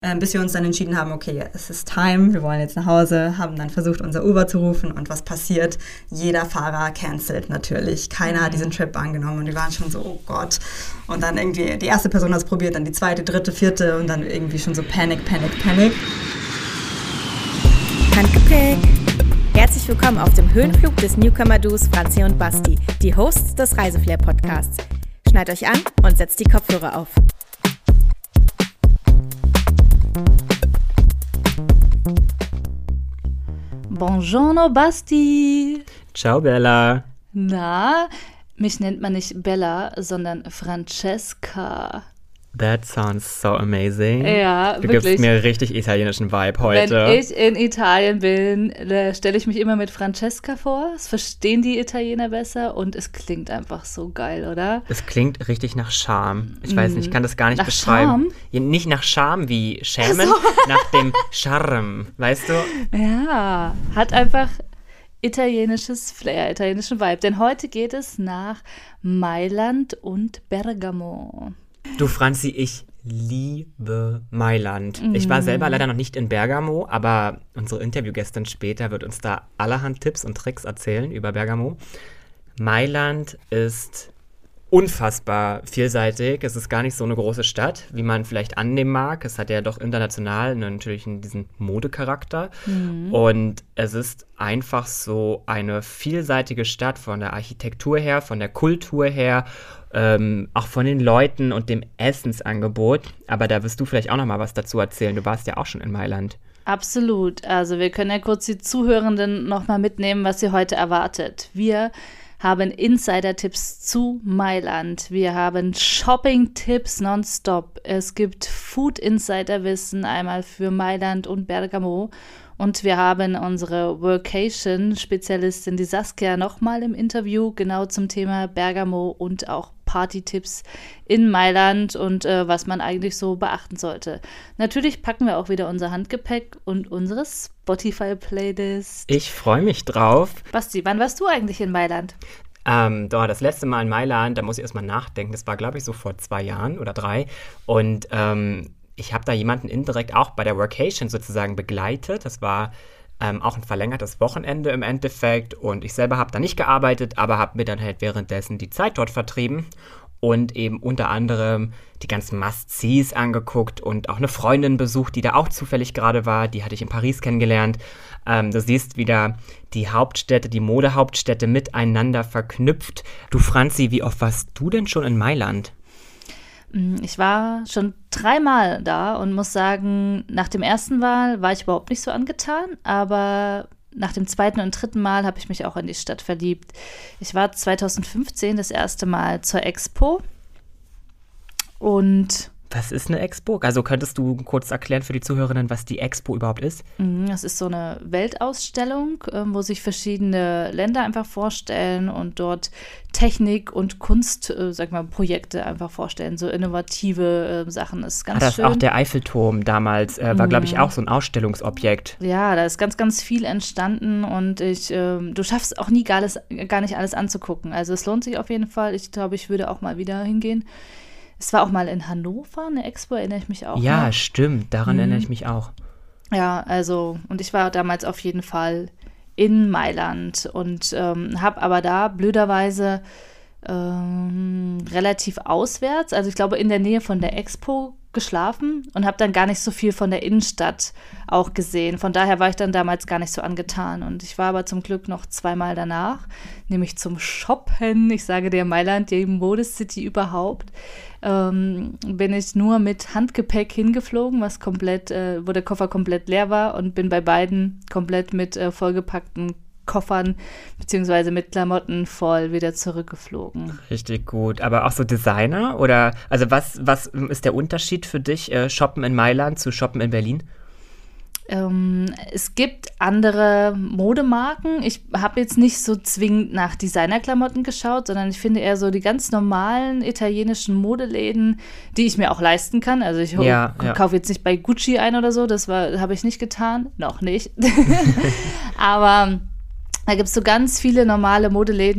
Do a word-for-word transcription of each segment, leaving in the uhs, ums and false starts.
Äh, bis wir uns dann entschieden haben, okay, es ist time, wir wollen jetzt nach Hause, haben dann versucht, unser Uber zu rufen und was passiert? Jeder Fahrer cancelt natürlich. Keiner hat diesen Trip angenommen und wir waren schon so, oh Gott. Und dann irgendwie, die erste Person hat es probiert, dann die zweite, dritte, vierte und dann irgendwie schon so Panic, Panic, Panic. Handgepäck! Herzlich willkommen auf dem Höhenflug des Newcomer-Duos Franzi und Basti, die Hosts des Reiseflair-Podcasts. Schneidet euch an und setzt die Kopfhörer auf. Buongiorno Basti. Ciao Bella. Na, mich nennt man nicht Bella, sondern Francesca. That sounds so amazing. Ja, du wirklich. Du gibst mir richtig italienischen Vibe heute. Wenn ich in Italien bin, stelle ich mich immer mit Francesca vor. Das verstehen die Italiener besser und es klingt einfach so geil, oder? Es klingt richtig nach Charme. Ich weiß nicht, ich kann das gar nicht nach beschreiben. Charme? Ja, nicht nach Charme wie Schämen, so. Nach dem Charme, weißt du? Ja, hat einfach italienisches Flair, italienischen Vibe. Denn heute geht es nach Mailand und Bergamo. Du Franzi, ich liebe Mailand. Mm. Ich war selber leider noch nicht in Bergamo, aber unsere Interviewgästin später wird uns da allerhand Tipps und Tricks erzählen über Bergamo. Mailand ist unfassbar vielseitig. Es ist gar nicht so eine große Stadt, wie man vielleicht annehmen mag. Es hat ja doch international natürlich diesen Modecharakter. Mm. Und es ist einfach so eine vielseitige Stadt von der Architektur her, von der Kultur her, Ähm, auch von den Leuten und dem Essensangebot. Aber da wirst du vielleicht auch noch mal was dazu erzählen. Du warst ja auch schon in Mailand. Absolut. Also wir können ja kurz die Zuhörenden noch mal mitnehmen, was sie heute erwartet. Wir haben Insider-Tipps zu Mailand. Wir haben Shopping-Tipps nonstop. Es gibt Food-Insider-Wissen einmal für Mailand und Bergamo. Und wir haben unsere Workation-Spezialistin, die Saskia, nochmal im Interview genau zum Thema Bergamo und auch Party-Tipps in Mailand und äh, was man eigentlich so beachten sollte. Natürlich packen wir auch wieder unser Handgepäck und unsere Spotify-Playlist. Ich freue mich drauf. Basti, wann warst du eigentlich in Mailand? Ähm, doch, das letzte Mal in Mailand, da muss ich erstmal nachdenken, das war, glaube ich, so vor zwei Jahren oder drei. Und ähm, ich habe da jemanden indirekt auch bei der Workation sozusagen begleitet. Das war ähm, auch ein verlängertes Wochenende im Endeffekt. Und ich selber habe da nicht gearbeitet, aber habe mir dann halt währenddessen die Zeit dort vertrieben und eben unter anderem die ganzen Must-Sees angeguckt und auch eine Freundin besucht, die da auch zufällig gerade war. Die hatte ich in Paris kennengelernt. Ähm, du siehst wieder die Hauptstädte, die Modehauptstädte miteinander verknüpft. Du Franzi, wie oft warst du denn schon in Mailand? Ich war schon dreimal da und muss sagen, nach dem ersten Mal war ich überhaupt nicht so angetan, aber nach dem zweiten und dritten Mal habe ich mich auch in die Stadt verliebt. Ich war zwanzig fünfzehn das erste Mal zur Expo und Was ist eine Expo? Also könntest du kurz erklären für die Zuhörerinnen, was die Expo überhaupt ist? Das ist so eine Weltausstellung, wo sich verschiedene Länder einfach vorstellen und dort Technik und Kunst, sag mal, Projekte einfach vorstellen, so innovative Sachen. Das ist ganz ah, das schön. Auch der Eiffelturm damals äh, war, glaube ich, auch so ein Ausstellungsobjekt. Ja, da ist ganz, ganz viel entstanden und ich, äh, du schaffst auch nie gar, alles, gar nicht alles anzugucken. Also es lohnt sich auf jeden Fall. Ich glaube, ich würde auch mal wieder hingehen. Es war auch mal in Hannover, eine Expo, erinnere ich mich auch. Ja, noch. Stimmt, daran mhm. erinnere ich mich auch. Ja, also, und ich war damals auf jeden Fall in Mailand und ähm, habe aber da blöderweise ähm, relativ auswärts, also ich glaube in der Nähe von der Expo geschlafen und habe dann gar nicht so viel von der Innenstadt auch gesehen. Von daher war ich dann damals gar nicht so angetan. Und ich war aber zum Glück noch zweimal danach, nämlich zum Shoppen. Ich sage dir, Mailand, die Modecity überhaupt. Ähm, bin ich nur mit Handgepäck hingeflogen, was komplett, äh, wo der Koffer komplett leer war und bin bei beiden komplett mit äh, vollgepackten Koffern beziehungsweise mit Klamotten voll wieder zurückgeflogen. Richtig gut. Aber auch so Designer? Oder, also was, was ist der Unterschied für dich, äh, Shoppen in Mailand zu Shoppen in Berlin? Ähm, es gibt andere Modemarken. Ich habe jetzt nicht so zwingend nach Designerklamotten geschaut, sondern ich finde eher so die ganz normalen italienischen Modeläden, die ich mir auch leisten kann. Also ich ja, ja. kaufe jetzt nicht bei Gucci ein oder so, das habe ich nicht getan. Noch nicht. Aber da gibt es so ganz viele normale Modeläden,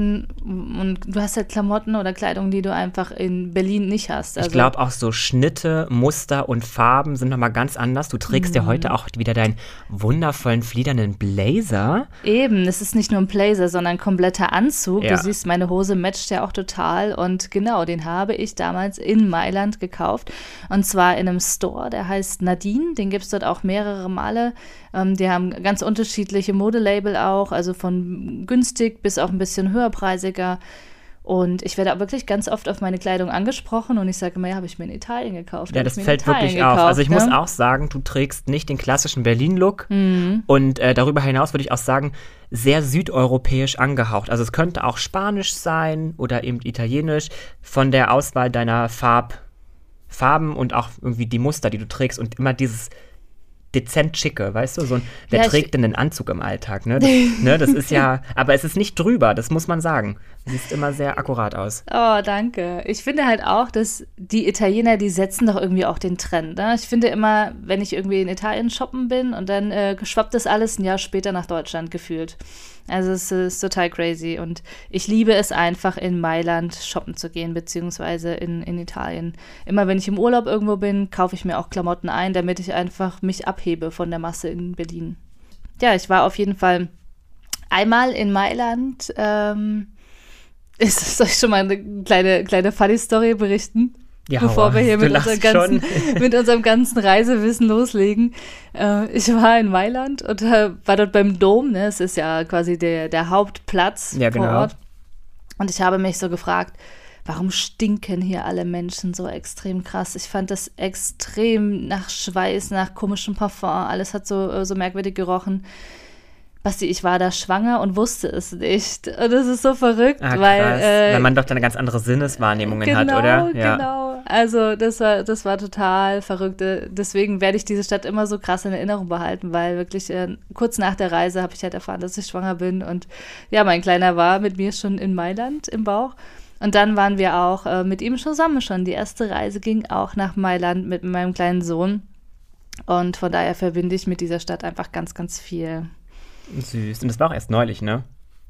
Und du hast halt Klamotten oder Kleidung, die du einfach in Berlin nicht hast. Also ich glaube auch so Schnitte, Muster und Farben sind nochmal ganz anders. Du trägst mhm. ja heute auch wieder deinen wundervollen fliedernden Blazer. Eben, es ist nicht nur ein Blazer, sondern ein kompletter Anzug. Ja. Du siehst, meine Hose matcht ja auch total. Und genau, den habe ich damals in Mailand gekauft. Und zwar in einem Store, der heißt Nadine. Den gibt es dort auch mehrere Male. Ähm, die haben ganz unterschiedliche Modelabel auch, also von günstig bis auch ein bisschen höherpreisig. Und ich werde auch wirklich ganz oft auf meine Kleidung angesprochen und ich sage immer, ja, habe ich mir in Italien gekauft. Ja, das fällt wirklich gekauft, auf. Also ich ne? muss auch sagen, du trägst nicht den klassischen Berlin-Look mhm. und äh, darüber hinaus würde ich auch sagen, sehr südeuropäisch angehaucht. Also es könnte auch Spanisch sein oder eben Italienisch von der Auswahl deiner Farb, Farben und auch irgendwie die Muster, die du trägst und immer dieses dezent schicke, weißt du, so ein, wer ja, trägt denn einen Anzug im Alltag, ne? Das, ne? Das ist ja, aber es ist nicht drüber, das muss man sagen. Siehst immer sehr akkurat aus. Oh, danke. Ich finde halt auch, dass die Italiener, die setzen doch irgendwie auch den Trend, ne? Ich finde immer, wenn ich irgendwie in Italien shoppen bin und dann äh, schwappt das alles ein Jahr später nach Deutschland gefühlt. Also es ist total crazy und ich liebe es einfach, in Mailand shoppen zu gehen, beziehungsweise in, in Italien. Immer wenn ich im Urlaub irgendwo bin, kaufe ich mir auch Klamotten ein, damit ich einfach mich abhebe von der Masse in Berlin. Ja, ich war auf jeden Fall einmal in Mailand. Ähm, ist, soll ich schon mal eine kleine, kleine Funny-Story berichten? Ja, bevor wir hier mit, unserem ganzen, mit unserem ganzen Reisewissen loslegen. Äh, ich war in Mailand und äh, war dort beim Dom, ne? Es ist ja quasi der, der Hauptplatz ja, genau. vor Ort. Und ich habe mich so gefragt, warum stinken hier alle Menschen so extrem krass? Ich fand das extrem nach Schweiß, nach komischem Parfum. Alles hat so, so merkwürdig gerochen. Basti, ich war da schwanger und wusste es nicht. Und das ist so verrückt, ah, weil äh, weil man doch eine ganz andere Sinneswahrnehmungen genau, hat, oder? Ja, genau. Also das war, das war total verrückt. Deswegen werde ich diese Stadt immer so krass in Erinnerung behalten, weil wirklich äh, kurz nach der Reise habe ich halt erfahren, dass ich schwanger bin. Und ja, mein Kleiner war mit mir schon in Mailand im Bauch. Und dann waren wir auch äh, mit ihm zusammen schon. Die erste Reise ging auch nach Mailand mit meinem kleinen Sohn. Und von daher verbinde ich mit dieser Stadt einfach ganz, ganz viel. Süß. Und das war auch erst neulich, ne?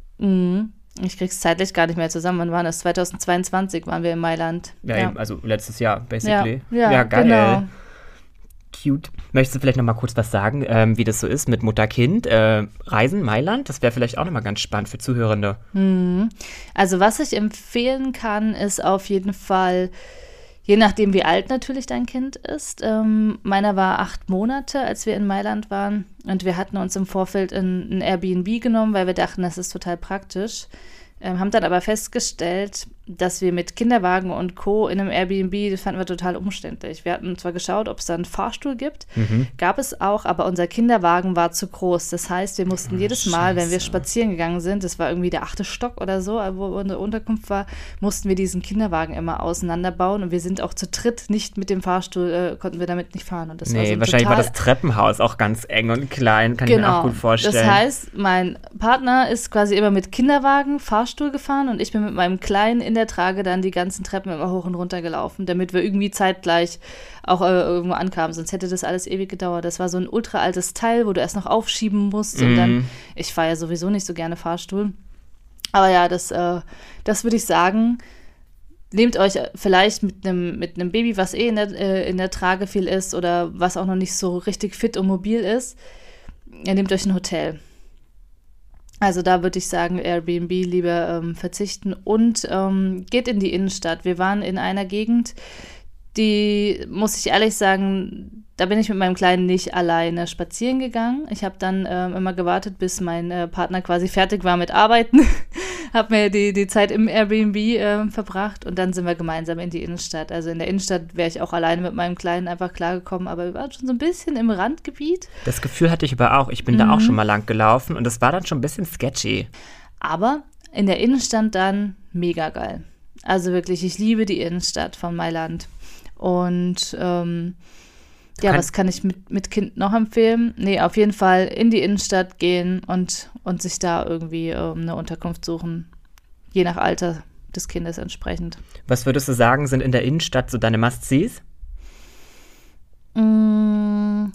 Mhm. Ich krieg's zeitlich gar nicht mehr zusammen. Wann war das? zweitausendzweiundzwanzig waren wir in Mailand. Ja, ja. Eben, also letztes Jahr, basically. Ja, ja, ja geil. Genau. Cute. Möchtest du vielleicht noch mal kurz was sagen, ähm, wie das so ist mit Mutter-Kind? Äh, Reisen, Mailand? Das wäre vielleicht auch noch mal ganz spannend für Zuhörende. Mhm. Also was ich empfehlen kann, ist auf jeden Fall, je nachdem, wie alt natürlich dein Kind ist. Ähm, meiner war acht Monate, als wir in Mailand waren. Und wir hatten uns im Vorfeld ein, ein Airbnb genommen, weil wir dachten, das ist total praktisch. Ähm, haben dann aber festgestellt, dass wir mit Kinderwagen und Co. in einem Airbnb, das fanden wir total umständlich. Wir hatten zwar geschaut, ob es da einen Fahrstuhl gibt, mhm. gab es auch, aber unser Kinderwagen war zu groß. Das heißt, wir mussten oh, jedes Mal, Scheiße. wenn wir spazieren gegangen sind, das war irgendwie der achte Stock oder so, wo unsere Unterkunft war, mussten wir diesen Kinderwagen immer auseinanderbauen und wir sind auch zu dritt nicht mit dem Fahrstuhl, äh, konnten wir damit nicht fahren. Und das nee, war so wahrscheinlich total, war das Treppenhaus auch ganz eng und klein, kann genau, ich mir auch gut vorstellen. Das heißt, mein Partner ist quasi immer mit Kinderwagen, Fahrstuhl gefahren und ich bin mit meinem Kleinen in der Trage dann die ganzen Treppen immer hoch und runter gelaufen, damit wir irgendwie zeitgleich auch äh, irgendwo ankamen. Sonst hätte das alles ewig gedauert. Das war so ein ultra altes Teil, wo du erst noch aufschieben musst. Mm. Und dann, ich fahre ja sowieso nicht so gerne Fahrstuhl. Aber ja, das, äh, das würde ich sagen, nehmt euch vielleicht mit einem mit einem Baby, was eh in der, äh, in der Trage viel ist oder was auch noch nicht so richtig fit und mobil ist, ihr nehmt euch ein Hotel. Also da würde ich sagen, Airbnb lieber ähm, verzichten und ähm, geht in die Innenstadt. Wir waren in einer Gegend, die, muss ich ehrlich sagen, da bin ich mit meinem Kleinen nicht alleine spazieren gegangen. Ich habe dann ähm, immer gewartet, bis mein äh, Partner quasi fertig war mit Arbeiten. Habe mir die, die Zeit im Airbnb äh, verbracht und dann sind wir gemeinsam in die Innenstadt. Also in der Innenstadt wäre ich auch alleine mit meinem Kleinen einfach klargekommen, aber wir waren schon so ein bisschen im Randgebiet. Das Gefühl hatte ich aber auch. Ich bin mhm. da auch schon mal lang gelaufen und das war dann schon ein bisschen sketchy. Aber in der Innenstadt dann mega geil. Also wirklich, ich liebe die Innenstadt von Mailand. Und ähm, ja, was kann ich mit, mit Kind noch empfehlen? Nee, auf jeden Fall in die Innenstadt gehen und, und sich da irgendwie ähm, eine Unterkunft suchen. Je nach Alter des Kindes entsprechend. Was würdest du sagen, sind in der Innenstadt so deine Must-Sees? Mm,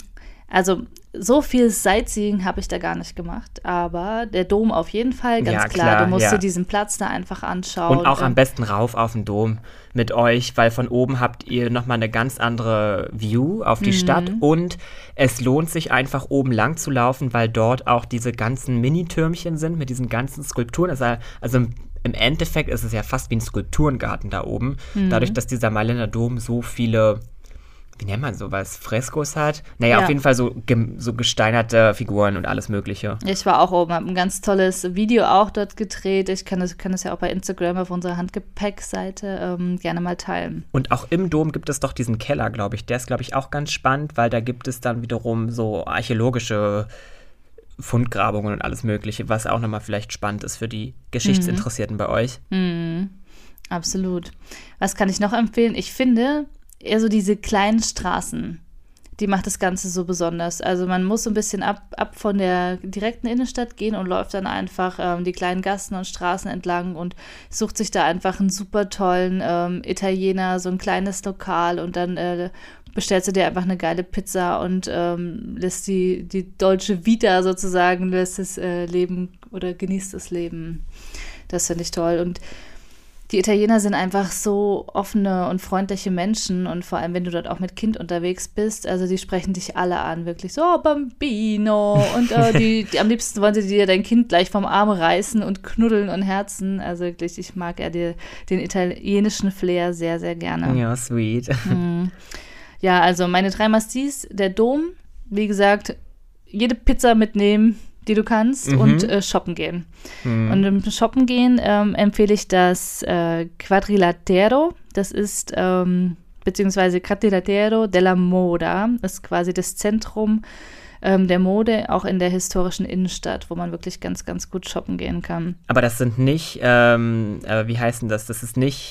Also so viel Sightseeing habe ich da gar nicht gemacht, aber der Dom auf jeden Fall, ganz Ja, klar, klar, du musst ja. dir diesen Platz da einfach anschauen. Und auch am Ähm, besten rauf auf den Dom mit euch, weil von oben habt ihr nochmal eine ganz andere View auf die Stadt und es lohnt sich einfach oben lang zu laufen, weil dort auch diese ganzen Minitürmchen sind mit diesen ganzen Skulpturen. Also, also im, im Endeffekt ist es ja fast wie ein Skulpturengarten da oben, dadurch, dass dieser Mailänder Dom so viele, wie nennt man sowas, Freskos hat. Naja, Ja. auf jeden Fall so, gem- so gesteinerte Figuren und alles Mögliche. Ich war auch oben, habe ein ganz tolles Video auch dort gedreht. Ich kann das, kann das ja auch bei Instagram auf unserer Handgepäckseite ähm, gerne mal teilen. Und auch im Dom gibt es doch diesen Keller, glaube ich. Der ist, glaube ich, auch ganz spannend, weil da gibt es dann wiederum so archäologische Fundgrabungen und alles Mögliche, was auch nochmal vielleicht spannend ist für die Geschichtsinteressierten bei euch. Mhm, absolut. Was kann ich noch empfehlen? Ich finde, eher so diese kleinen Straßen, die macht das Ganze so besonders. Also man muss so ein bisschen ab, ab von der direkten Innenstadt gehen und läuft dann einfach ähm, die kleinen Gassen und Straßen entlang und sucht sich da einfach einen super tollen ähm, Italiener, so ein kleines Lokal und dann äh, bestellst du dir einfach eine geile Pizza und ähm, lässt die, die deutsche Vita sozusagen, lässt das äh, Leben oder genießt das Leben. Das finde ich toll. Und die Italiener sind einfach so offene und freundliche Menschen und vor allem, wenn du dort auch mit Kind unterwegs bist, also die sprechen dich alle an, wirklich so, oh, Bambino und äh, die, die, am liebsten wollen sie dir dein Kind gleich vom Arm reißen und knuddeln und herzen, also wirklich, ich mag ja die, den italienischen Flair sehr, sehr gerne. Ja, sweet. Mhm. Ja, also meine drei Mastis, der Dom, wie gesagt, jede Pizza mitnehmen, die du kannst Mhm. und äh, shoppen gehen. Mhm. Und im Shoppen gehen ähm, empfehle ich das äh, Quadrilatero. Das ist, ähm, beziehungsweise Quadrilatero della Moda. Das ist quasi das Zentrum ähm, der Mode, auch in der historischen Innenstadt, wo man wirklich ganz, ganz gut shoppen gehen kann. Aber das sind nicht, ähm, äh, wie heißt denn das? Das ist nicht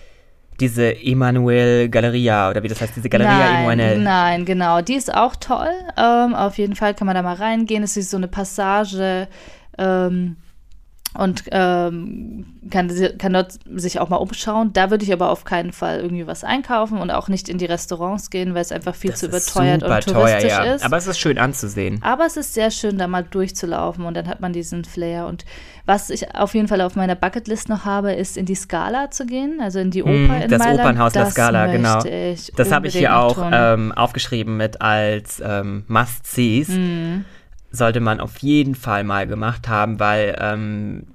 diese Emanuel Galleria oder wie das heißt, diese Galleria nein, Emanuel. Nein, genau. Die ist auch toll. Ähm, auf jeden Fall kann man da mal reingehen. Es ist so eine Passage ähm, und ähm, kann, kann dort sich auch mal umschauen. Da würde ich aber auf keinen Fall irgendwie was einkaufen und auch nicht in die Restaurants gehen, weil es einfach viel Das zu ist überteuert super und touristisch teuer, ja. ist. Aber es ist schön anzusehen. Aber es ist sehr schön, da mal durchzulaufen und dann hat man diesen Flair. Und was ich auf jeden Fall auf meiner Bucketlist noch habe, ist in die Scala zu gehen, also in die Oper Mm, in das Mailand. Opernhaus La Das Scala, genau. möchte ich Das habe ich hier unbedingt auch tun. ähm, aufgeschrieben mit als ähm, Must-Sees. Mhm. Sollte man auf jeden Fall mal gemacht haben, weil ähm,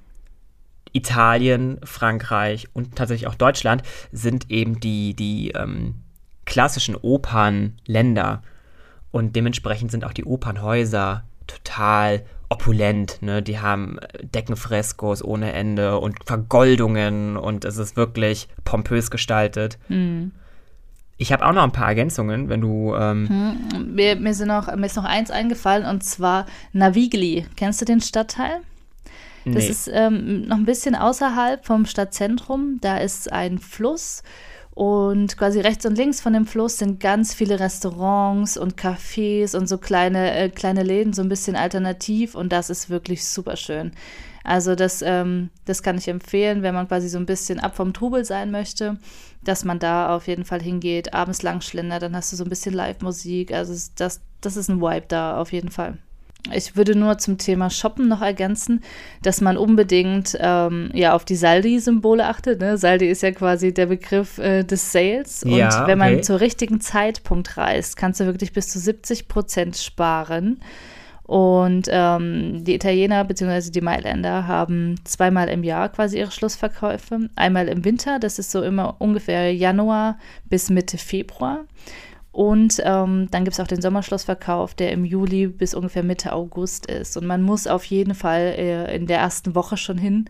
Italien, Frankreich und tatsächlich auch Deutschland sind eben die, die ähm, klassischen Opernländer. Und dementsprechend sind auch die Opernhäuser total opulent. Ne? Die haben Deckenfreskos ohne Ende und Vergoldungen und es ist wirklich pompös gestaltet. Mhm. Ich habe auch noch ein paar Ergänzungen, wenn du... Ähm, Mir, mir, sind noch, mir ist noch eins eingefallen und zwar Navigli. Kennst du den Stadtteil? Das nee. ist ähm, noch ein bisschen außerhalb vom Stadtzentrum. Da ist ein Fluss und quasi rechts und links von dem Fluss sind ganz viele Restaurants und Cafés und so kleine, äh, kleine Läden, so ein bisschen alternativ und das ist wirklich super schön. Also das, ähm, das kann ich empfehlen, wenn man quasi so ein bisschen ab vom Trubel sein möchte, dass man da auf jeden Fall hingeht, abends lang schlendert, dann hast du so ein bisschen Live-Musik, also das, das ist ein Vibe da auf jeden Fall. Ich würde nur zum Thema Shoppen noch ergänzen, dass man unbedingt ähm, ja, auf die Saldi-Symbole achtet. Ne? Saldi ist ja quasi der Begriff äh, des Sales. Und Ja, wenn okay. man zur richtigen Zeitpunkt reist, kannst du wirklich bis zu siebzig Prozent sparen. Und ähm, die Italiener bzw. die Mailänder haben zweimal im Jahr quasi ihre Schlussverkäufe. Einmal im Winter, das ist so immer ungefähr Januar bis Mitte Februar. Und ähm, dann gibt es auch den Sommerschlussverkauf, der im Juli bis ungefähr Mitte August ist. Und man muss auf jeden Fall äh, in der ersten Woche schon hin.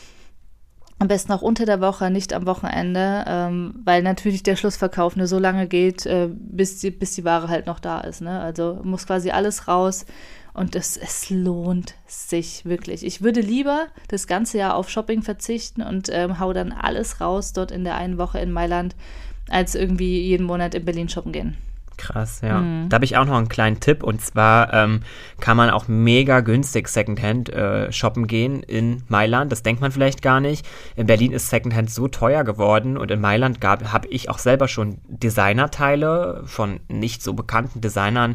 Am besten auch unter der Woche, nicht am Wochenende, ähm, weil natürlich der Schlussverkauf nur so lange geht, äh, bis, die, bis die Ware halt noch da ist. Ne? Also muss quasi alles raus und es, es lohnt sich wirklich. Ich würde lieber das ganze Jahr auf Shopping verzichten und ähm, hau dann alles raus dort in der einen Woche in Mailand, als irgendwie jeden Monat in Berlin shoppen gehen. Krass, ja. Mhm. Da habe ich auch noch einen kleinen Tipp und zwar ähm, kann man auch mega günstig Secondhand äh, shoppen gehen in Mailand. Das denkt man vielleicht gar nicht. In Berlin ist Secondhand so teuer geworden und in Mailand habe ich auch selber schon Designerteile von nicht so bekannten Designern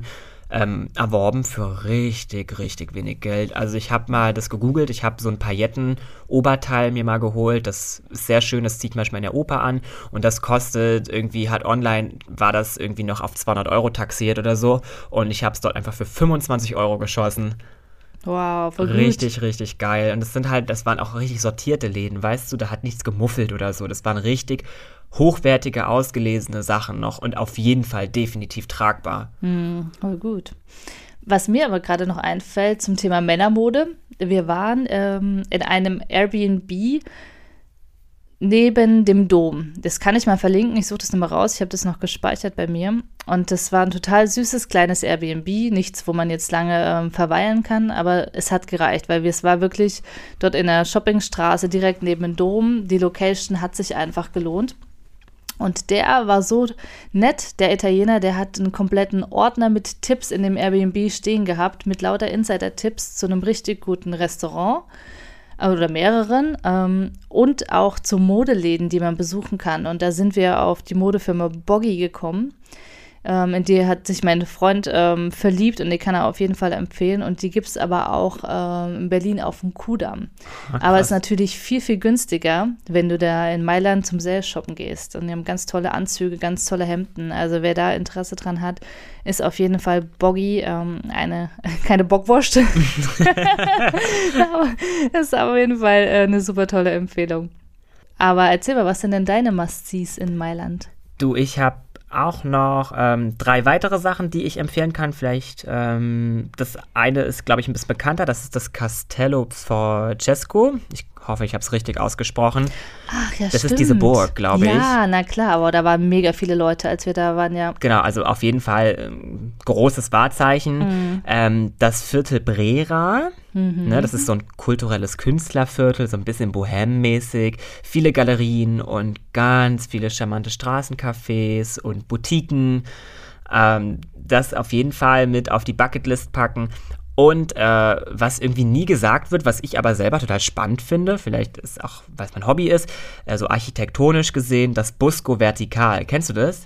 ähm, erworben für richtig, richtig wenig Geld. Also ich habe mal das gegoogelt, ich habe so ein Pailletten-Oberteil mir mal geholt, das ist sehr schön, das zieht manchmal in der Oper an und das kostet irgendwie, hat online, war das irgendwie noch auf zweihundert Euro taxiert oder so und ich habe es dort einfach für fünfundzwanzig Euro geschossen. Wow, voll gut. Richtig, richtig geil. Und das sind halt, das waren auch richtig sortierte Läden, weißt du, da hat nichts gemuffelt oder so. Das waren richtig hochwertige, ausgelesene Sachen noch und auf jeden Fall definitiv tragbar. Hm, voll gut. Was mir aber gerade noch einfällt zum Thema Männermode, wir waren ähm, in einem Airbnb neben dem Dom. Das kann ich mal verlinken, ich suche das nochmal raus, ich habe das noch gespeichert bei mir. Und das war ein total süßes, kleines Airbnb, nichts, wo man jetzt lange ähm, verweilen kann, aber es hat gereicht, weil wir, es war wirklich dort in der Shoppingstraße direkt neben dem Dom. Die Location hat sich einfach gelohnt. Und der war so nett, der Italiener, der hat einen kompletten Ordner mit Tipps in dem Airbnb stehen gehabt, mit lauter Insider-Tipps zu einem richtig guten Restaurant oder mehreren ähm, und auch zu Modeläden, die man besuchen kann. Und da sind wir auf die Modefirma Boggy gekommen. Ähm, in die hat sich mein Freund ähm, verliebt und die kann er auf jeden Fall empfehlen. Und die gibt es aber auch ähm, in Berlin auf dem Kudamm. Ach, aber es ist natürlich viel, viel günstiger, wenn du da in Mailand zum Sale shoppen gehst. Und die haben ganz tolle Anzüge, ganz tolle Hemden. Also wer da Interesse dran hat, ist auf jeden Fall Boggy ähm, eine, keine Bockwurst. Aber das ist auf jeden Fall äh, eine super tolle Empfehlung. Aber erzähl mal, was sind denn deine Must-Sees in Mailand? Du, ich habe auch noch ähm, drei weitere Sachen, die ich empfehlen kann. Vielleicht, ähm, das eine ist, glaube ich, ein bisschen bekannter. Das ist das Castello Forcesco. Ich hoffe, ich habe es richtig ausgesprochen. Ach ja, Das stimmt. ist diese Burg, glaube ich. Ja, na klar, aber da waren mega viele Leute, als wir da waren, ja. Genau, also auf jeden Fall ähm, großes Wahrzeichen. Mhm. Ähm, das Viertel Brera, mhm. ne, das ist so ein kulturelles Künstlerviertel, so ein bisschen bohème-mäßig. Viele Galerien und ganz viele charmante Straßencafés und Boutiquen. Ähm, das auf jeden Fall mit auf die Bucketlist packen. Und äh, was irgendwie nie gesagt wird, was ich aber selber total spannend finde, vielleicht ist auch, weil es mein Hobby ist, äh, so architektonisch gesehen, das Busco Vertical. Kennst du das?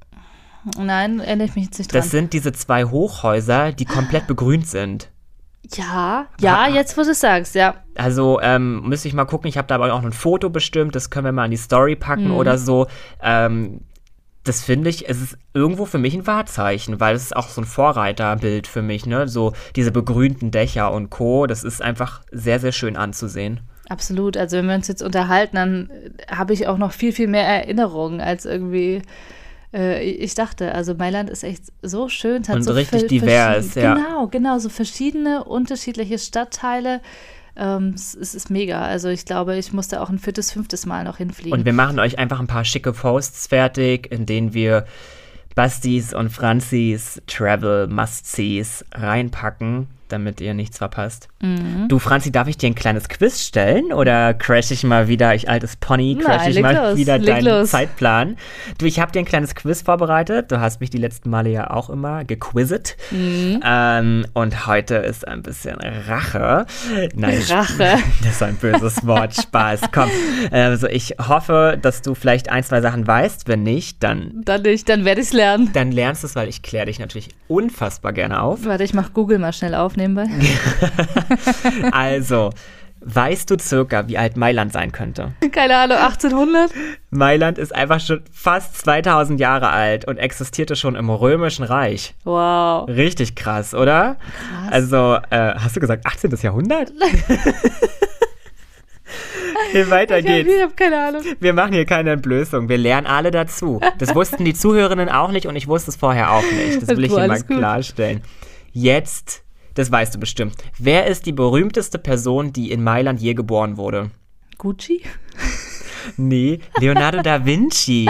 Nein, erinnere ich mich jetzt nicht dran. Das sind diese zwei Hochhäuser, die komplett begrünt sind. Ja, ja, jetzt wo du es sagst, ja. Also ähm, müsste ich mal gucken, ich habe da aber auch ein Foto bestimmt, das können wir mal in die Story packen mhm. oder so. Ähm, Das finde ich, es ist irgendwo für mich ein Wahrzeichen, weil es ist auch so ein Vorreiterbild für mich, ne? So diese begrünten Dächer und Co., das ist einfach sehr, sehr schön anzusehen. Absolut, also wenn wir uns jetzt unterhalten, dann habe ich auch noch viel, viel mehr Erinnerungen als irgendwie äh, ich dachte. Also Mailand ist echt so schön. Es hat und so richtig divers, ja. Genau, genau, so verschiedene, unterschiedliche Stadtteile. Ähm, es, es ist mega. Also ich glaube, ich musste auch ein viertes, fünftes Mal noch hinfliegen. Und wir machen euch einfach ein paar schicke Posts fertig, in denen wir Bastis und Franzis Travel Must-Sees reinpacken, damit ihr nichts verpasst. Mhm. Du, Franzi, darf ich dir ein kleines Quiz stellen oder crash ich mal wieder, ich altes Pony, crash Nein, ich mal los, wieder deinen los. Zeitplan? Du, ich habe dir ein kleines Quiz vorbereitet. Du hast mich die letzten Male ja auch immer gequizzet. Mhm. Ähm, und heute ist ein bisschen Rache. Nein, Rache. Das ist ein böses Wort. Spaß. Komm. Also ich hoffe, dass du vielleicht ein, zwei Sachen weißt. Wenn nicht, dann... Dann nicht, dann werde ich es lernen. Dann lernst du es, weil ich kläre dich natürlich unfassbar gerne auf. Warte, ich mach Google mal schnell auf nebenbei. Also, weißt du circa, wie alt Mailand sein könnte? Keine Ahnung, achtzehnhundert? Mailand ist einfach schon fast zweitausend Jahre alt und existierte schon im Römischen Reich. Wow. Richtig krass, oder? Krass. Also, äh, hast du gesagt achtzehntes Jahrhundert? Okay, weiter ich geht's. Hab, ich habe keine Ahnung. Wir machen hier keine Entblößung. Wir lernen alle dazu. Das wussten die Zuhörerinnen auch nicht und ich wusste es vorher auch nicht. Das will ich hier mal klarstellen. Jetzt, das weißt du bestimmt. Wer ist die berühmteste Person, die in Mailand je geboren wurde? Gucci? Nee, Leonardo da Vinci.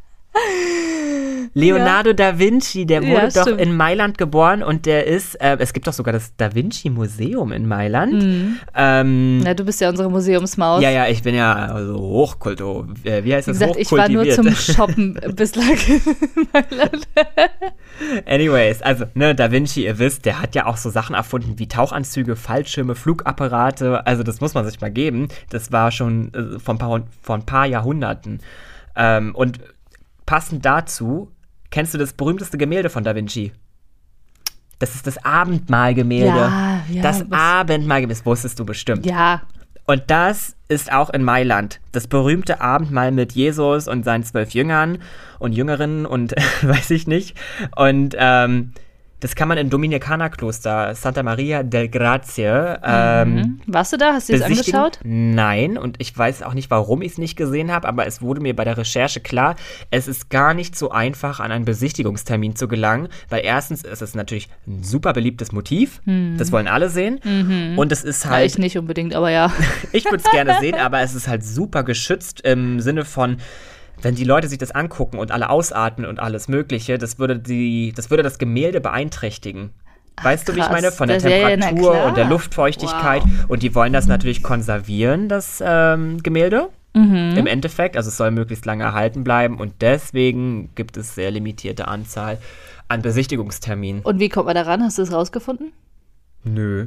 Leonardo ja. da Vinci, der wurde ja, doch stimmt. in Mailand geboren und der ist, äh, es gibt doch sogar das Da Vinci Museum in Mailand. Mhm. Ähm, ja, du bist ja unsere Museumsmaus. Ja, ja, ich bin ja also hochkultur, äh, wie heißt das, wie gesagt, ich war nur zum Shoppen bislang in Mailand. Anyways, also, ne, Da Vinci, ihr wisst, der hat ja auch so Sachen erfunden wie Tauchanzüge, Fallschirme, Flugapparate, also das muss man sich mal geben. Das war schon äh, vor, ein paar, vor ein paar Jahrhunderten. Ähm, und passend dazu, kennst du das berühmteste Gemälde von Da Vinci? Das ist das Abendmahlgemälde. Ja, ja, das was- Abendmahlgemälde, das wusstest du bestimmt. Ja, Und das ist auch in Mailand. Das berühmte Abendmahl mit Jesus und seinen zwölf Jüngern und Jüngerinnen und weiß ich nicht. Und ähm, das kann man im Dominikanerkloster Santa Maria del Grazie ähm, mhm. Warst du da? Hast du es besichtigen. angeschaut? Nein, und ich weiß auch nicht, warum ich es nicht gesehen habe, aber es wurde mir bei der Recherche klar, es ist gar nicht so einfach, an einen Besichtigungstermin zu gelangen, weil erstens ist es natürlich ein super beliebtes Motiv, das wollen alle sehen, und es ist Ja, halt, ich nicht unbedingt, aber ja. ich würde es gerne sehen, aber es ist halt super geschützt im Sinne von, wenn die Leute sich das angucken und alle ausatmen und alles Mögliche, das würde, die, das, würde das Gemälde beeinträchtigen. Weißt du, wie ich krass. meine? Von der Das- ja, ja, na Temperatur klar. und der Luftfeuchtigkeit. Wow. Und die wollen das natürlich konservieren, das ähm, Gemälde. Mhm. Im Endeffekt. Also es soll möglichst lange erhalten bleiben. Und deswegen gibt es sehr limitierte Anzahl an Besichtigungsterminen. Und wie kommt man da ran? Hast du es rausgefunden? Nö.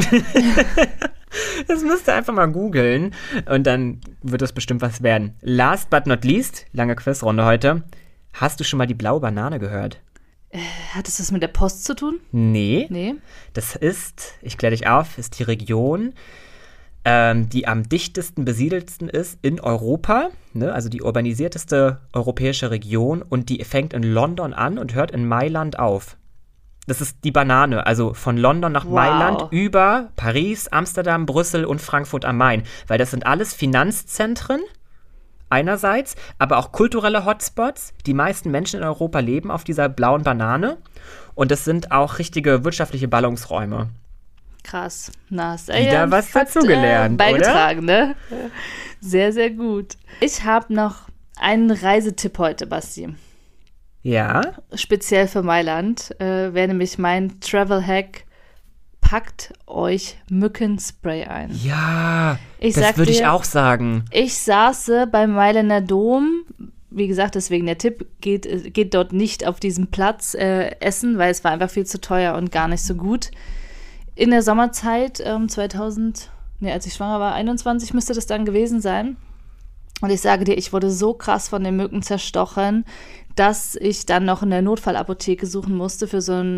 Das müsst ihr einfach mal googeln und dann wird das bestimmt was werden. Last but not least, lange Quizrunde heute. Hast du schon mal die blaue Banane gehört? Hat es das mit der Post zu tun? Nee. Nee. Das ist, ich kläre dich auf, ist die Region, ähm, die am dichtesten besiedelsten ist in Europa. Ne? Also die urbanisierteste europäische Region und die fängt in London an und hört in Mailand auf. Das ist die Banane, also von London nach Wow. Mailand über Paris, Amsterdam, Brüssel und Frankfurt am Main. Weil das sind alles Finanzzentren einerseits, aber auch kulturelle Hotspots. Die meisten Menschen in Europa leben auf dieser blauen Banane. Und das sind auch richtige wirtschaftliche Ballungsräume. Krass. Na, hast Wieder was Fakt, dazugelernt, beigetragen, ne? Sehr, sehr gut. Ich habe noch einen Reisetipp heute, Basti. Ja, Speziell für Mailand. Äh, wäre nämlich mein Travel-Hack. Packt euch Mückenspray ein. ja, Ich das sag würde ich dir- auch sagen. Ich saß beim Mailänder Dom. Wie gesagt, deswegen der Tipp, geht, geht dort nicht auf diesem Platz äh, essen, weil es war einfach viel zu teuer und gar nicht so gut. In der Sommerzeit ähm, zweitausend, nee, als ich schwanger war, einundzwanzig müsste das dann gewesen sein. Und ich sage dir, ich wurde so krass von den Mücken zerstochen, dass ich dann noch in der Notfallapotheke suchen musste für so ein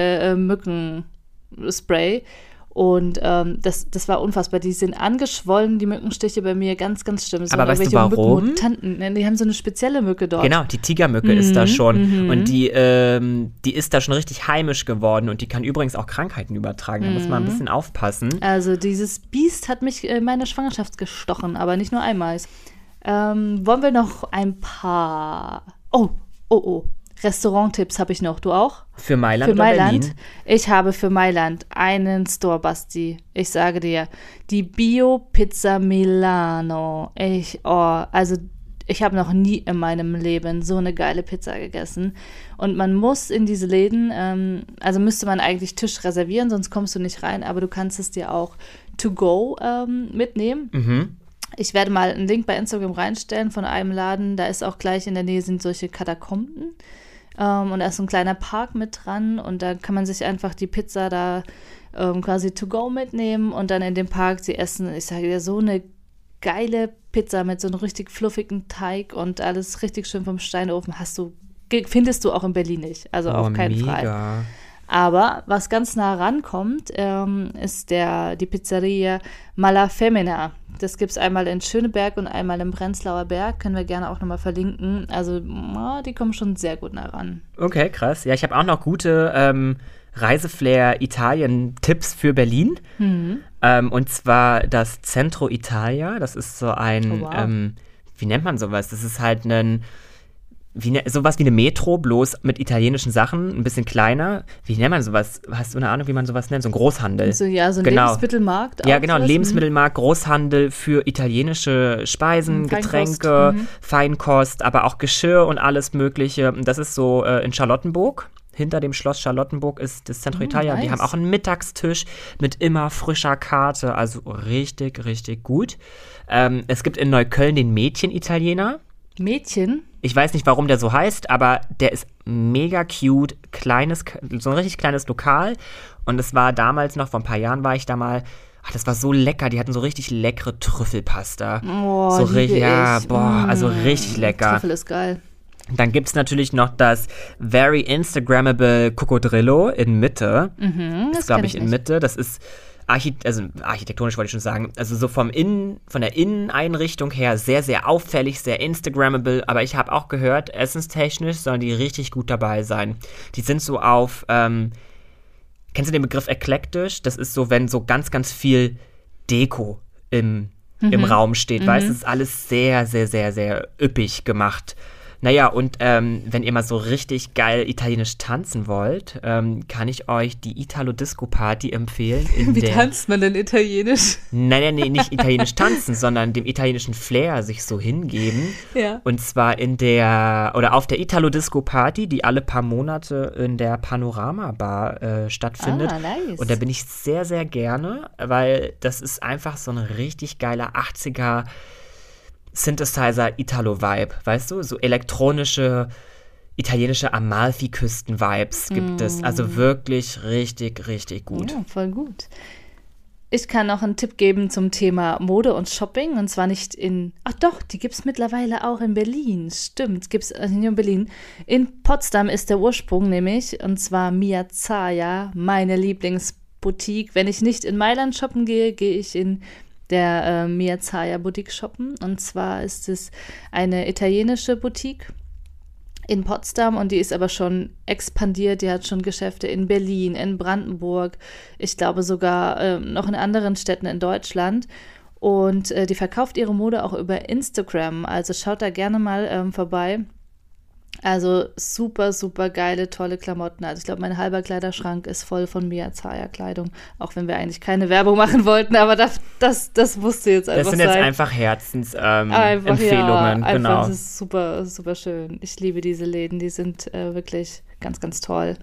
Apre-Mückenspray. Und ähm, das, das war unfassbar. Die sind angeschwollen, die Mückenstiche bei mir, ganz, ganz schlimm. So Aber weißt du irgendwelche warum? Mückenmutanten. Ne, die haben so eine spezielle Mücke dort. Genau, die Tigermücke ist da schon. Und die, ähm, die ist da schon richtig heimisch geworden. Und die kann übrigens auch Krankheiten übertragen. Da muss man ein bisschen aufpassen. Also dieses Biest hat mich in meiner Schwangerschaft gestochen, aber nicht nur einmal. Ähm, wollen wir noch ein paar... Oh, oh, oh. Restauranttipps habe ich noch. Du auch? Für Mailand Für oder Mailand. Berlin? Ich habe für Mailand einen Store, Basti. Ich sage dir, die Bio Pizza Milano. Ich, oh, also ich habe noch nie in meinem Leben so eine geile Pizza gegessen. Und man muss in diese Läden, ähm, also müsste man eigentlich Tisch reservieren, sonst kommst du nicht rein, aber du kannst es dir auch to go ähm, mitnehmen. Mhm. Ich werde mal einen Link bei Instagram reinstellen von einem Laden. Da ist auch gleich in der Nähe sind solche Katakomben. Ähm, und da ist so ein kleiner Park mit dran. Und da kann man sich einfach die Pizza da ähm, quasi to go mitnehmen und dann in dem Park sie essen. Ich sage dir, so eine geile Pizza mit so einem richtig fluffigen Teig und alles richtig schön vom Steinofen hast du, findest du auch in Berlin nicht. Also Oh, auf keinen Fall. mega. Aber was ganz nah rankommt, ähm, ist der, die Pizzeria Mala Femina. Das gibt es einmal in Schöneberg und einmal im Prenzlauer Berg. Können wir gerne auch nochmal verlinken. Also oh, die kommen schon sehr gut nah ran. Okay, krass. Ja, ich habe auch noch gute ähm, Reiseflair-Italien-Tipps für Berlin. Mhm. Ähm, und zwar das Centro Italia. Das ist so ein, Oh, wow. ähm, wie nennt man sowas? Das ist halt ein, wie, ne- sowas wie eine Metro, bloß mit italienischen Sachen, ein bisschen kleiner. Wie nennt man sowas? Hast du eine Ahnung, wie man sowas nennt? So ein Großhandel. Also ja, so ein Genau. Lebensmittelmarkt. Ja, auch genau, sowas. Lebensmittelmarkt, Großhandel für italienische Speisen, Mhm, Feinkost, Getränke, mhm. Feinkost, aber auch Geschirr und alles Mögliche. Das ist so äh, in Charlottenburg. Hinter dem Schloss Charlottenburg ist das Centro Oh, Italia. Die nice. haben auch einen Mittagstisch mit immer frischer Karte. Also richtig, richtig gut. Ähm, es gibt in Neukölln den Mädchen-Italiener. Mädchen. Ich weiß nicht, warum der so heißt, aber der ist mega cute, kleines, so ein richtig kleines Lokal. Und es war damals noch, vor ein paar Jahren war ich da mal, ach, das war so lecker. Die hatten so richtig leckere Trüffelpasta. Oh, so liebe richtig, ja, ich. boah, also Mm, richtig lecker. Trüffel ist geil. Dann gibt es natürlich noch das Very Instagrammable Cocodrillo in Mitte. Mhm, das das glaube kenn ich ich in nicht. Mitte. Das ist Archit- also architektonisch wollte ich schon sagen. Also so vom Innen, von der Inneneinrichtung her sehr, sehr auffällig, sehr Instagrammable. Aber ich habe auch gehört, essenstechnisch sollen die richtig gut dabei sein. Die sind so auf, ähm, kennst du den Begriff eklektisch? Das ist so, wenn so ganz, ganz viel Deko im, mhm. im Raum steht. Mhm. Weißt du, es ist alles sehr, sehr, sehr, sehr üppig gemacht. Naja, und ähm, wenn ihr mal so richtig geil italienisch tanzen wollt, ähm, kann ich euch die Italo-Disco-Party empfehlen. In Wie der, tanzt man denn italienisch? Nein, nein, nee, nicht italienisch tanzen, sondern dem italienischen Flair sich so hingeben. Ja. Und zwar in der, oder auf der Italo-Disco-Party, die alle paar Monate in der Panorama-Bar äh, stattfindet. Ah, nice. Und da bin ich sehr, sehr gerne, weil das ist einfach so ein richtig geiler achtziger Synthesizer-Italo-Vibe, weißt du? So elektronische, italienische Amalfi-Küsten-Vibes gibt Mm. es. Also wirklich richtig, richtig gut. Ja, voll gut. Ich kann noch einen Tipp geben zum Thema Mode und Shopping. Und zwar nicht in, ach doch, die gibt es mittlerweile auch in Berlin. Stimmt, gibt es nicht nur in Berlin. In Potsdam ist der Ursprung nämlich, und zwar Mia Zaya, meine Lieblingsboutique. Wenn ich nicht in Mailand shoppen gehe, gehe ich in der äh, Mia Zaya Boutique shoppen. Und zwar ist es eine italienische Boutique in Potsdam und die ist aber schon expandiert. Die hat schon Geschäfte in Berlin, in Brandenburg, ich glaube sogar äh, noch in anderen Städten in Deutschland. Und äh, die verkauft ihre Mode auch über Instagram. Also schaut da gerne mal ähm, vorbei. Also super, super geile, tolle Klamotten. Also ich glaube, mein halber Kleiderschrank ist voll von Mia Zaya Kleidung. Auch wenn wir eigentlich keine Werbung machen wollten, aber das, das, das musste jetzt einfach sein. Das sind jetzt einfach Herzensempfehlungen, ähm, einfach, ja, genau. Einfach, das ist super, super schön. Ich liebe diese Läden, die sind äh, wirklich ganz, ganz toll.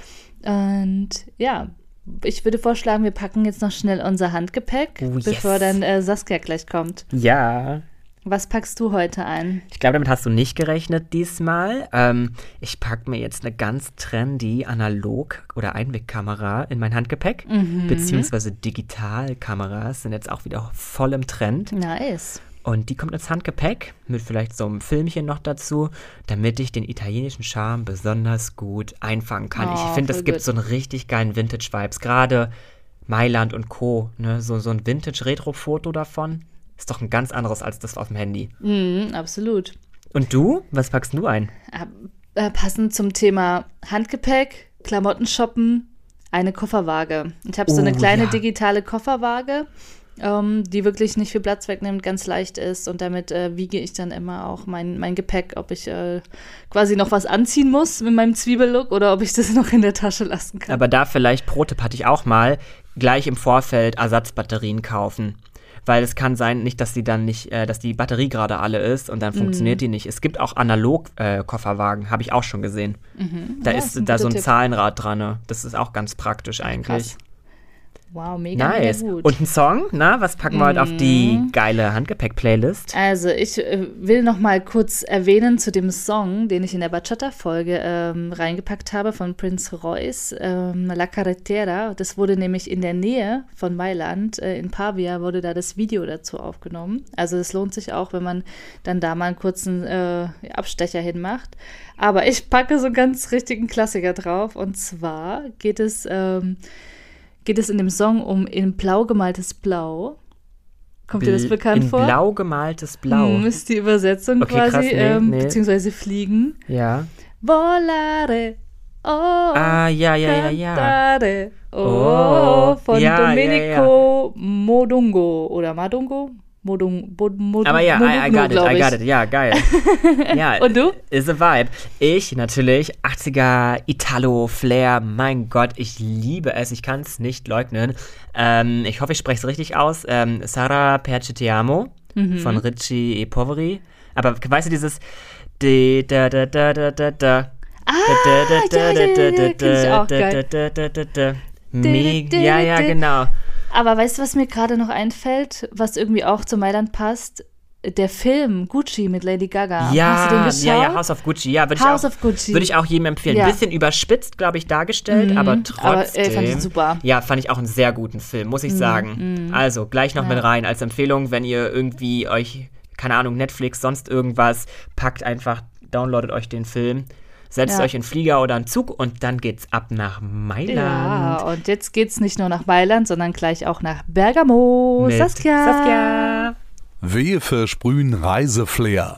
Und ja, ich würde vorschlagen, wir packen jetzt noch schnell unser Handgepäck, Oh, yes. bevor dann äh, Saskia gleich kommt. Ja. Was packst du heute ein? Ich glaube, damit hast du nicht gerechnet diesmal. Ähm, ich packe mir jetzt eine ganz trendy Analog- oder Einwegkamera in mein Handgepäck. Mhm. Beziehungsweise Digitalkameras sind jetzt auch wieder voll im Trend. Nice. Und die kommt ins Handgepäck mit vielleicht so einem Filmchen noch dazu, damit ich den italienischen Charme besonders gut einfangen kann. Oh, ich finde, voll es gibt gut. so einen richtig geilen Vintage-Vibes. Gerade Mailand und Co. Ne? So, so ein Vintage-Retro-Foto davon ist doch ein ganz anderes als das auf dem Handy. Mhm, absolut. Und du? Was packst du ein? Äh, passend zum Thema Handgepäck, Klamotten shoppen, eine Kofferwaage. Ich habe so eine Oh, kleine ja. digitale Kofferwaage, ähm, die wirklich nicht viel Platz wegnimmt, ganz leicht ist. Und damit äh, wiege ich dann immer auch mein, mein Gepäck, ob ich äh, quasi noch was anziehen muss mit meinem Zwiebellook oder ob ich das noch in der Tasche lassen kann. Aber da vielleicht, Pro-Tipp hatte ich auch mal, gleich im Vorfeld Ersatzbatterien kaufen. Weil es kann sein, nicht, dass die dann nicht, äh, dass die Batterie gerade alle ist und dann funktioniert die nicht. Es gibt auch Analog-Kofferwagen, äh, habe ich auch schon gesehen. Mhm. Da Ja, ist ein da guter so ein Tipp. Zahlenrad dran. Ne? Das ist auch ganz praktisch eigentlich. Krass. Wow, mega, Nice. mega gut. Und ein Song? Na, was packen wir heute auf die geile Handgepäck-Playlist? Also ich äh, will noch mal kurz erwähnen zu dem Song, den ich in der Bachata-Folge ähm, reingepackt habe von Prince Royce, ähm, La Carretera. Das wurde nämlich in der Nähe von Mailand, äh, in Pavia, wurde da das Video dazu aufgenommen. Also es lohnt sich auch, wenn man dann da mal einen kurzen äh, Abstecher hinmacht. Aber ich packe so einen ganz richtigen Klassiker drauf. Und zwar geht es... Ähm, geht es in dem Song um in blau gemaltes Blau. Kommt dir das bekannt in vor? In blau gemaltes Blau. Hm, ist die Übersetzung Okay, quasi, krass, nee, ähm, nee. beziehungsweise fliegen. Ja. Volare, oh, Ah, ja, ja, ja, ja. cantare, oh, Oh, von ja, ja, Domenico Modungo oder Madungo? Modung, Bod, Mod, Aber ja, I, I got it, glaub I ich. got it. Ja, geil. Ja, Und du? Is a vibe. Ich natürlich, achtziger Italo-Flair. Mein Gott, ich liebe es. Ich kann es nicht leugnen. Ähm, ich hoffe, ich spreche es richtig aus. Ähm, Sarà perché ti amo Mhm. von Ricci e Poveri. Aber weißt du dieses di, da, da, da, da, da, da. Ah, ja, ja, ja, ja, kenn ich auch, geil. Da, da, da, da. Meg- Ja, ja, genau. Aber weißt du, was mir gerade noch einfällt, was irgendwie auch zu Mailand passt? Der Film Gucci mit Lady Gaga. Ja, Hast du den geschaut? ja, ja, House of Gucci. Ja, würde ich, House auch- of Gucci. würd ich auch jedem empfehlen. Ja. Bisschen überspitzt, glaube ich, dargestellt, Mhm, aber trotzdem. aber, ey, fand ich super. Ja, fand ich auch einen sehr guten Film, muss ich sagen. Also, gleich noch Ja. mit rein als Empfehlung, wenn ihr irgendwie euch, keine Ahnung, Netflix, sonst irgendwas, packt einfach downloadet euch den Film, setzt Ja. euch in einen Flieger oder einen Zug und dann geht's ab nach Mailand. Ja, und jetzt geht's nicht nur nach Mailand, sondern gleich auch nach Bergamo. Mit Saskia. Saskia. Wir versprühen Reiseflair.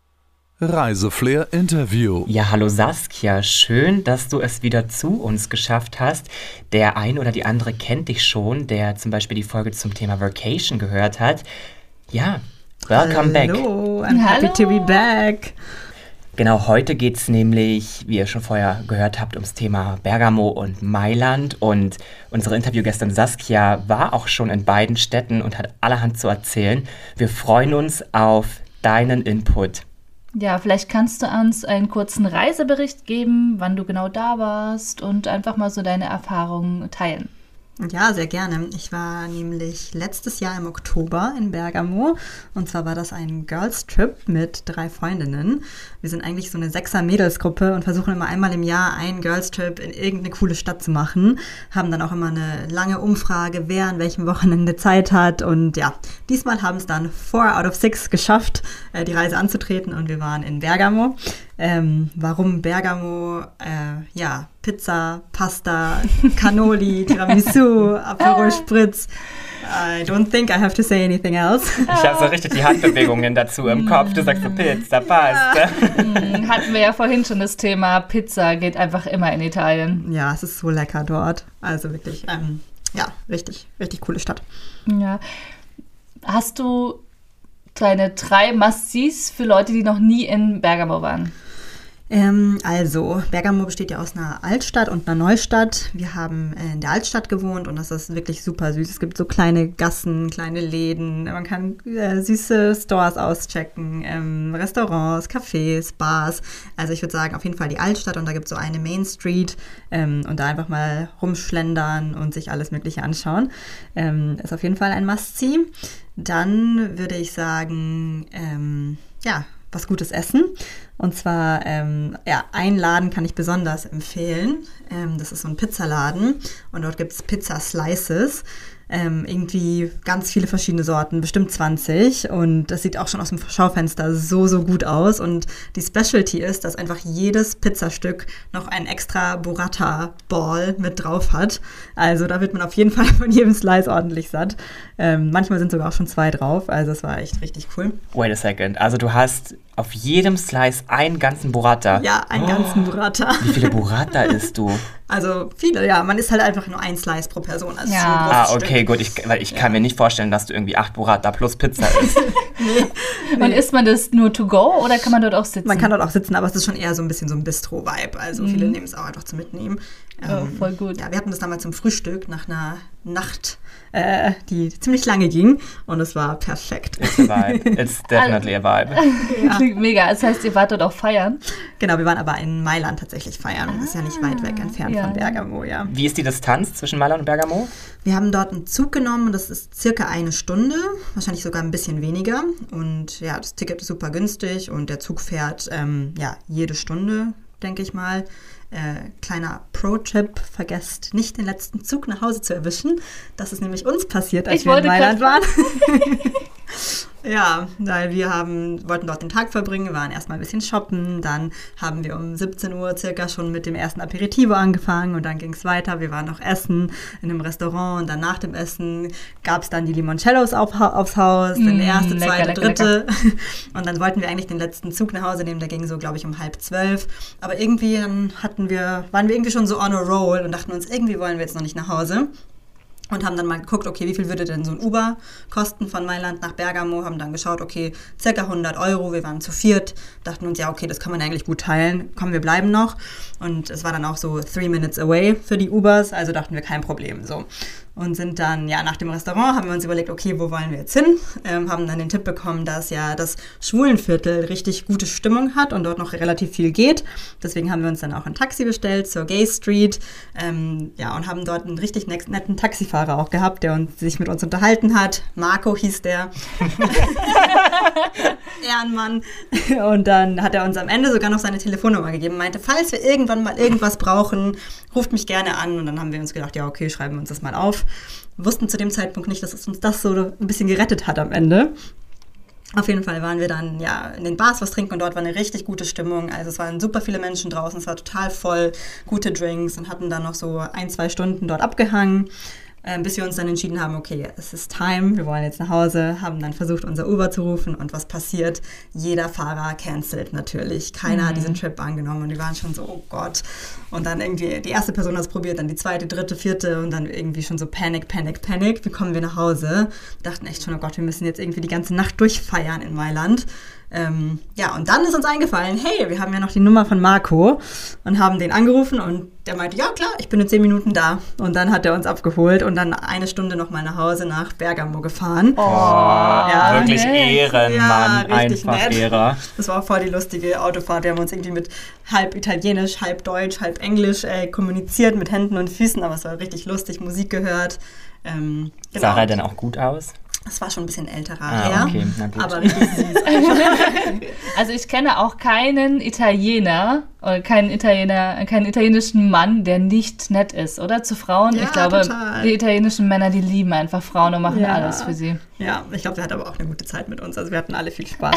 Reiseflair Interview. Ja, hallo Saskia, schön, dass du es wieder zu uns geschafft hast. Der ein oder die andere kennt dich schon, der zum Beispiel die Folge zum Thema Vacation gehört hat. Ja, welcome back. Hallo, I'm happy Hallo. to be back. Genau, heute geht es nämlich, wie ihr schon vorher gehört habt, ums Thema Bergamo und Mailand. Und unsere Interviewgästin Saskia war auch schon in beiden Städten und hat allerhand zu erzählen. Wir freuen uns auf deinen Input. Ja, vielleicht kannst du uns einen kurzen Reisebericht geben, wann du genau da warst und einfach mal so deine Erfahrungen teilen. Ja, sehr gerne. Ich war nämlich letztes Jahr im Oktober in Bergamo und zwar war das ein Girls-Trip mit drei Freundinnen. Wir sind eigentlich so eine Sechser-Mädelsgruppe und versuchen immer einmal im Jahr einen Girls-Trip in irgendeine coole Stadt zu machen. Haben dann auch immer eine lange Umfrage, wer an welchem Wochenende Zeit hat und ja, diesmal haben es dann four out of six geschafft, äh, die Reise anzutreten und wir waren in Bergamo. Ähm, warum Bergamo? Äh, ja, Pizza, Pasta, Cannoli, Tiramisu, Aperol Spritz. I don't think I have to say anything else. Ich habe so richtig die Handbewegungen dazu im Kopf. Du sagst so Pizza, Pasta. Hm, hatten wir ja vorhin schon das Thema, Pizza geht einfach immer in Italien. Ja, es ist so lecker dort. Also wirklich, ähm, ja, richtig, richtig coole Stadt. Ja. Hast du deine drei Must-Sees für Leute, die noch nie in Bergamo waren? Ähm, also, Bergamo besteht ja aus einer Altstadt und einer Neustadt. Wir haben in der Altstadt gewohnt und das ist wirklich super süß. Es gibt so kleine Gassen, kleine Läden, man kann äh, süße Stores auschecken, ähm, Restaurants, Cafés, Bars. Also ich würde sagen, auf jeden Fall die Altstadt und da gibt es so eine Main Street ähm, und da einfach mal rumschlendern und sich alles Mögliche anschauen. Ähm, ist auf jeden Fall ein Must-See. Dann würde ich sagen, ähm, ja, was Gutes essen. Und zwar, ähm, ja, einen Laden kann ich besonders empfehlen. Ähm, das ist so ein Pizzaladen und dort gibt es Pizza Slices. Ähm, irgendwie ganz viele verschiedene Sorten, bestimmt zwanzig. Und das sieht auch schon aus dem Schaufenster so, so gut aus. Und die Specialty ist, dass einfach jedes Pizzastück noch ein extra Burrata-Ball mit drauf hat. Also da wird man auf jeden Fall von jedem Slice ordentlich satt. Ähm, manchmal sind sogar auch schon zwei drauf. Also das war echt richtig cool. Wait a second. Also du hast auf jedem Slice einen ganzen Burrata. Ja, einen ganzen Burrata. Wie viele Burrata isst du? Also viele, ja. Man isst halt einfach nur ein Slice pro Person. Also Ja. so ein großes Ah, Stück. okay, gut. Ich, weil ich kann mir nicht vorstellen, dass du irgendwie acht Burrata plus Pizza isst. Und isst man das nur to go oder kann man dort auch sitzen? Man kann dort auch sitzen, aber es ist schon eher so ein bisschen so ein Bistro-Vibe. Also viele nehmen es auch einfach zum Mitnehmen. Oh, voll gut. Ja, wir hatten das damals zum Frühstück nach einer Nacht, äh, die ziemlich lange ging. Und es war perfekt. It's a vibe. It's definitely a vibe. Klingt mega. Das heißt, ihr wart dort auch feiern? Genau, wir waren aber in Mailand tatsächlich feiern. Das ist ja nicht weit weg entfernt ja. von Bergamo, ja. Wie ist die Distanz zwischen Mailand und Bergamo? Wir haben dort einen Zug genommen und das ist circa eine Stunde, wahrscheinlich sogar ein bisschen weniger. Und ja, das Ticket ist super günstig und der Zug fährt ähm, ja, jede Stunde, denke ich mal. Äh, kleiner Pro-Tipp, vergesst nicht den letzten Zug nach Hause zu erwischen. Das ist nämlich uns passiert, als Ich wir in wollte Mailand grad- waren. Ja, weil wir haben, wollten dort den Tag verbringen, waren erstmal ein bisschen shoppen, dann haben wir um siebzehn Uhr circa schon mit dem ersten Aperitivo angefangen und dann ging es weiter. Wir waren noch essen in einem Restaurant und dann nach dem Essen gab es dann die Limoncellos auf, aufs Haus, Mm, den erste, lecker, zweite, lecker, dritte. Und dann wollten wir eigentlich den letzten Zug nach Hause nehmen, der ging so, glaube ich, um halb zwölf. Aber irgendwie dann hatten wir, waren wir irgendwie schon so on a roll und dachten uns, irgendwie wollen wir jetzt noch nicht nach Hause. Und haben dann mal geguckt, okay, wie viel würde denn so ein Uber kosten von Mailand nach Bergamo, haben dann geschaut, okay, circa hundert Euro, wir waren zu viert, dachten uns, ja, okay, das kann man eigentlich gut teilen, komm, wir bleiben noch. Und es war dann auch so three minutes away für die Ubers, also dachten wir, kein Problem, so. Und sind dann, ja, nach dem Restaurant haben wir uns überlegt, okay, wo wollen wir jetzt hin? Ähm, haben dann den Tipp bekommen, dass ja das Schwulenviertel richtig gute Stimmung hat und dort noch relativ viel geht. Deswegen haben wir uns dann auch ein Taxi bestellt zur Gay Street, ähm, ja, und haben dort einen richtig netten Taxifahrer auch gehabt, der uns, sich mit uns unterhalten hat. Marco hieß der. Ehrenmann. Und dann hat er uns am Ende sogar noch seine Telefonnummer gegeben, meinte, falls wir irgendwann mal irgendwas brauchen, ruft mich gerne an. Und dann haben wir uns gedacht, ja, okay, schreiben wir uns das mal auf. Wir wussten zu dem Zeitpunkt nicht, dass es uns das so ein bisschen gerettet hat am Ende. Auf jeden Fall waren wir dann ja in den Bars was trinken und dort war eine richtig gute Stimmung. Also es waren super viele Menschen draußen, es war total voll, gute Drinks und hatten dann noch so ein, zwei Stunden dort abgehangen, äh, bis wir uns dann entschieden haben, okay, es ist time, wir wollen jetzt nach Hause, haben dann versucht, unser Uber zu rufen und was passiert? Jeder Fahrer cancelt natürlich. Keiner mhm. hat diesen Trip angenommen und wir waren schon so, oh Gott. Und dann irgendwie die erste Person hat es probiert, dann die zweite, dritte, vierte und dann irgendwie schon so Panic, Panic, Panic. Wie kommen wir nach Hause? Wir dachten echt schon, oh Gott, wir müssen jetzt irgendwie die ganze Nacht durchfeiern in Mailand. Ähm, ja, und dann ist uns eingefallen, hey, wir haben ja noch die Nummer von Marco und haben den angerufen und der meinte, ja klar, ich bin in zehn Minuten da. Und dann hat er uns abgeholt und dann eine Stunde noch mal nach Hause nach Bergamo gefahren. Oh, ja, wirklich nett. Ehrenmann, ja, einfach nett. Ehre. Das war auch voll die lustige Autofahrt. Wir haben uns irgendwie mit halb Italienisch, halb Deutsch, halb Englisch äh, kommuniziert mit Händen und Füßen, aber es war richtig lustig, Musik gehört. Ähm, genau. Sah er denn auch gut aus? Das war schon ein bisschen älterer ah, her, okay. Na gut. Aber richtig süß. Also ich kenne auch keinen Italiener oder keinen Italiener, keinen italienischen Mann, der nicht nett ist, oder? Zu Frauen. Ja, ich glaube, total. Die italienischen Männer, die lieben einfach Frauen und machen ja. alles für sie. Ja, ich glaube, der hat aber auch eine gute Zeit mit uns. Also wir hatten alle viel Spaß.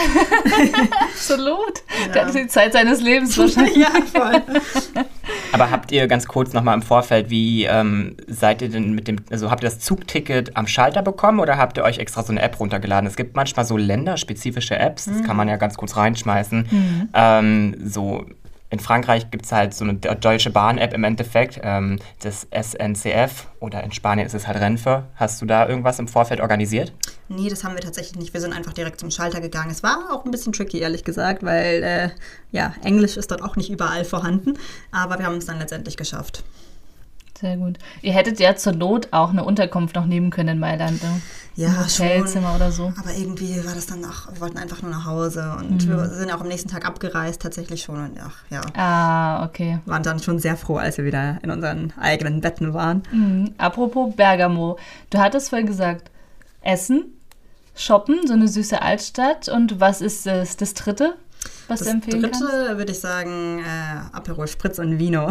Absolut. Ja. Der hatte die Zeit seines Lebens wahrscheinlich. Ja, voll. Aber habt ihr ganz kurz nochmal im Vorfeld, wie ähm, seid ihr denn mit dem, also habt ihr das Zugticket am Schalter bekommen oder habt ihr euch extra so eine App runtergeladen? Es gibt manchmal so länderspezifische Apps, das mhm. kann man ja ganz kurz reinschmeißen. Mhm. Ähm, so in Frankreich gibt es halt so eine Deutsche Bahn-App im Endeffekt, ähm, das S N C F, oder in Spanien ist es halt Renfe. Hast du da irgendwas im Vorfeld organisiert? Nee, das haben wir tatsächlich nicht. Wir sind einfach direkt zum Schalter gegangen. Es war auch ein bisschen tricky, ehrlich gesagt, weil äh, ja, Englisch ist dort auch nicht überall vorhanden, aber wir haben es dann letztendlich geschafft. Sehr gut. Ihr hättet ja zur Not auch eine Unterkunft noch nehmen können in Mailand. Ne? Ja, ein Hotelzimmer schon, oder so. Aber irgendwie war das dann auch, wir wollten einfach nur nach Hause und mhm. wir sind auch am nächsten Tag abgereist tatsächlich schon und ach, ja. Ah, okay. Waren dann schon sehr froh, als wir wieder in unseren eigenen Betten waren. Mhm. Apropos Bergamo, du hattest vorhin gesagt, Essen, Shoppen, so eine süße Altstadt und was ist das, das dritte? Was das du empfehlen dritte kannst? würde ich sagen äh, Aperol Spritz und Vino.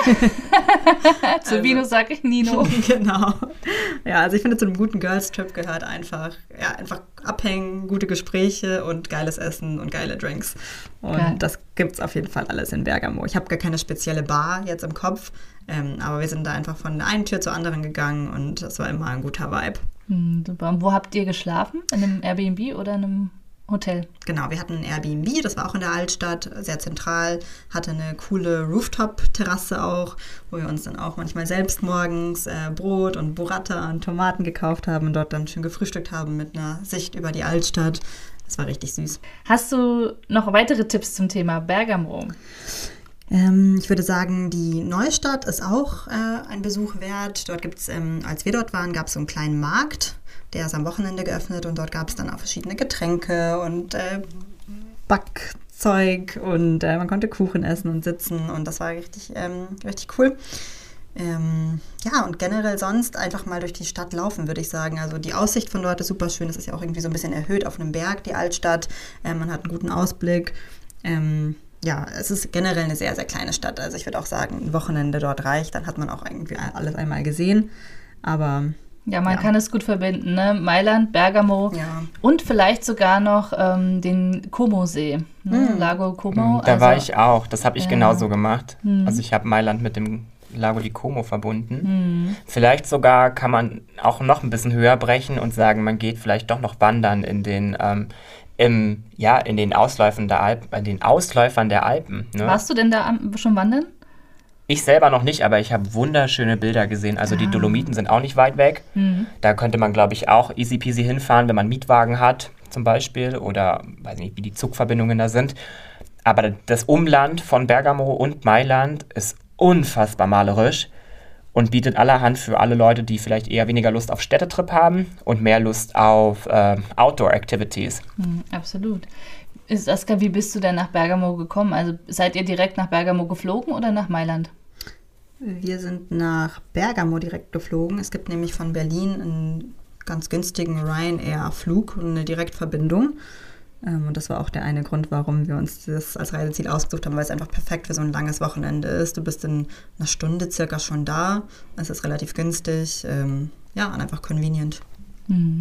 Zu also, Vino sage ich Nino. Genau. Ja, also ich finde, zu einem guten Girls-Trip gehört einfach, ja, einfach abhängen, gute Gespräche und geiles Essen und geile Drinks. Und Geil. Das gibt es auf jeden Fall alles in Bergamo. Ich habe gar keine spezielle Bar jetzt im Kopf, ähm, aber wir sind da einfach von der einen Tür zur anderen gegangen und das war immer ein guter Vibe. Hm, super. Und wo habt ihr geschlafen? In einem Airbnb oder in einem Hotel? Genau, wir hatten ein Airbnb, das war auch in der Altstadt, sehr zentral, hatte eine coole Rooftop-Terrasse auch, wo wir uns dann auch manchmal selbst morgens äh, Brot und Burrata und Tomaten gekauft haben und dort dann schön gefrühstückt haben mit einer Sicht über die Altstadt. Das war richtig süß. Hast du noch weitere Tipps zum Thema Bergamo? Ähm, ich würde sagen, die Neustadt ist auch äh, ein Besuch wert. Dort gibt es, ähm, als wir dort waren, gab es so einen kleinen Markt. Der ist am Wochenende geöffnet und dort gab es dann auch verschiedene Getränke und äh, Backzeug und äh, man konnte Kuchen essen und sitzen und das war richtig, ähm, richtig cool. Ähm, ja, und generell sonst einfach mal durch die Stadt laufen, würde ich sagen. Also die Aussicht von dort ist super schön. Das ist ja auch irgendwie so ein bisschen erhöht auf einem Berg, die Altstadt. Ähm, man hat einen guten Ausblick. Ähm, ja, es ist generell eine sehr, sehr kleine Stadt. Also ich würde auch sagen, ein Wochenende dort reicht. Dann hat man auch irgendwie alles einmal gesehen. Aber ja, man ja. kann es gut verbinden, ne? Mailand, Bergamo ja. und vielleicht sogar noch ähm, den Como-See, ne? mhm. Lago Como. Da also, war ich auch, das habe ich ja. genauso gemacht. Mhm. Also ich habe Mailand mit dem Lago di Como verbunden. Mhm. Vielleicht sogar kann man auch noch ein bisschen höher brechen und sagen, man geht vielleicht doch noch wandern in den, ähm, im, ja, in den Ausläufern der Alpen, in den Ausläufern der Alpen. Ne? Warst du denn da schon wandern? Ich selber noch nicht, aber ich habe wunderschöne Bilder gesehen. Also ah. die Dolomiten sind auch nicht weit weg. Mhm. Da könnte man, glaube ich, auch easy peasy hinfahren, wenn man einen Mietwagen hat zum Beispiel oder weiß nicht, wie die Zugverbindungen da sind. Aber das Umland von Bergamo und Mailand ist unfassbar malerisch und bietet allerhand für alle Leute, die vielleicht eher weniger Lust auf Städtetrip haben und mehr Lust auf äh, Outdoor-Activities. Mhm, absolut. Saskia, wie bist du denn nach Bergamo gekommen? Also seid ihr direkt nach Bergamo geflogen oder nach Mailand? Wir sind nach Bergamo direkt geflogen. Es gibt nämlich von Berlin einen ganz günstigen Ryanair-Flug und eine Direktverbindung. Und das war auch der eine Grund, warum wir uns das als Reiseziel ausgesucht haben, weil es einfach perfekt für so ein langes Wochenende ist. Du bist in einer Stunde circa schon da. Es ist relativ günstig. Ja, und einfach convenient. Mhm.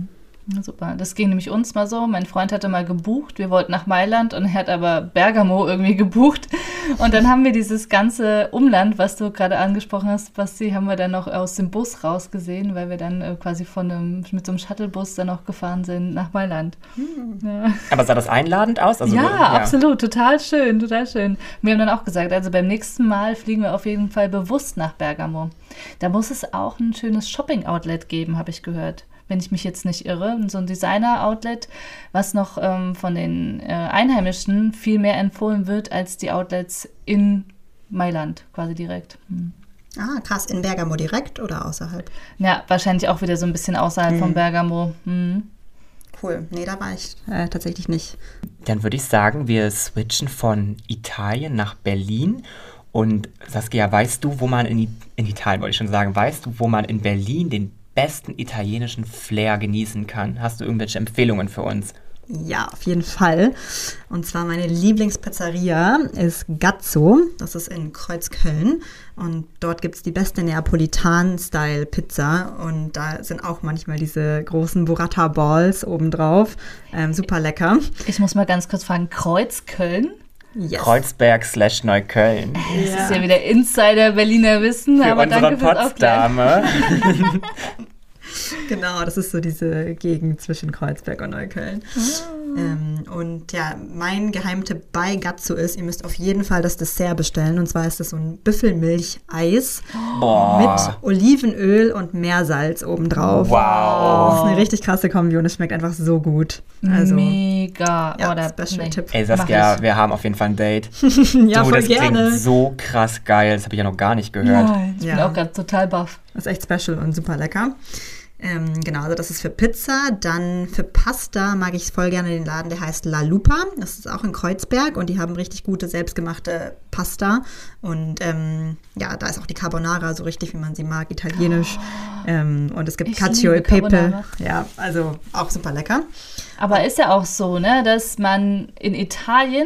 Super, das ging nämlich uns mal so. Mein Freund hatte mal gebucht, wir wollten nach Mailand und er hat aber Bergamo irgendwie gebucht. Und dann haben wir dieses ganze Umland, was du gerade angesprochen hast, Basti, haben wir dann noch aus dem Bus rausgesehen, weil wir dann äh, quasi von einem, mit so einem Shuttlebus dann noch gefahren sind nach Mailand. Hm. Ja. Aber sah das einladend aus? Also, ja, ja, absolut, total schön, total schön. Wir haben dann auch gesagt, also beim nächsten Mal fliegen wir auf jeden Fall bewusst nach Bergamo. Da muss es auch ein schönes Shopping-Outlet geben, habe ich gehört. Wenn ich mich jetzt nicht irre, so ein Designer-Outlet, was noch ähm, von den äh, Einheimischen viel mehr empfohlen wird als die Outlets in Mailand, quasi direkt. Hm. Ah, krass. In Bergamo direkt oder außerhalb? Ja, wahrscheinlich auch wieder so ein bisschen außerhalb mhm. von Bergamo. Hm. Cool. Nee, da war ich äh, tatsächlich nicht. Dann würde ich sagen, wir switchen von Italien nach Berlin. Und Saskia, weißt du, wo man in, in Italien, wollte ich schon sagen, weißt du, wo man in Berlin den besten italienischen Flair genießen kann? Hast du irgendwelche Empfehlungen für uns? Ja, auf jeden Fall. Und zwar meine Lieblingspizzeria ist Gazzo. Das ist in Kreuzköln. Und dort gibt es die beste Neapolitan-Style-Pizza. Und da sind auch manchmal diese großen Burrata-Balls obendrauf. Ähm, super lecker. Ich muss mal ganz kurz fragen, Kreuzköln? Yes. Kreuzberg slash Neukölln. Das ja. ist ja wieder Insider Berliner Wissen, für aber unsere danke fürs Potsdame. Genau, das ist so diese Gegend zwischen Kreuzberg und Neukölln. Oh. Ähm, und ja, mein Geheimtipp bei Gazzo ist, ihr müsst auf jeden Fall das Dessert bestellen. Und zwar ist das so ein Büffelmilch-Eis oh. mit Olivenöl und Meersalz obendrauf. Wow. Das ist eine richtig krasse Kombi und es schmeckt einfach so gut. Also, mega. Ja, oh, Special-Tipp. Ey, Saskia, wir haben auf jeden Fall ein Date. Ja, du, voll das gerne. klingt so krass geil. Das habe ich ja noch gar nicht gehört. Nein, ich ja. bin auch gerade total baff. Das ist echt special und super lecker. Ähm, genau, also das ist für Pizza. Dann für Pasta mag ich voll gerne den Laden, der heißt La Lupa. Das ist auch in Kreuzberg und die haben richtig gute, selbstgemachte Pasta. Und ähm, ja, da ist auch die Carbonara so richtig, wie man sie mag, italienisch. Oh, ähm, und es gibt Cacio e Pepe. Ja, also auch super lecker. Aber ist ja auch so, ne, dass man in Italien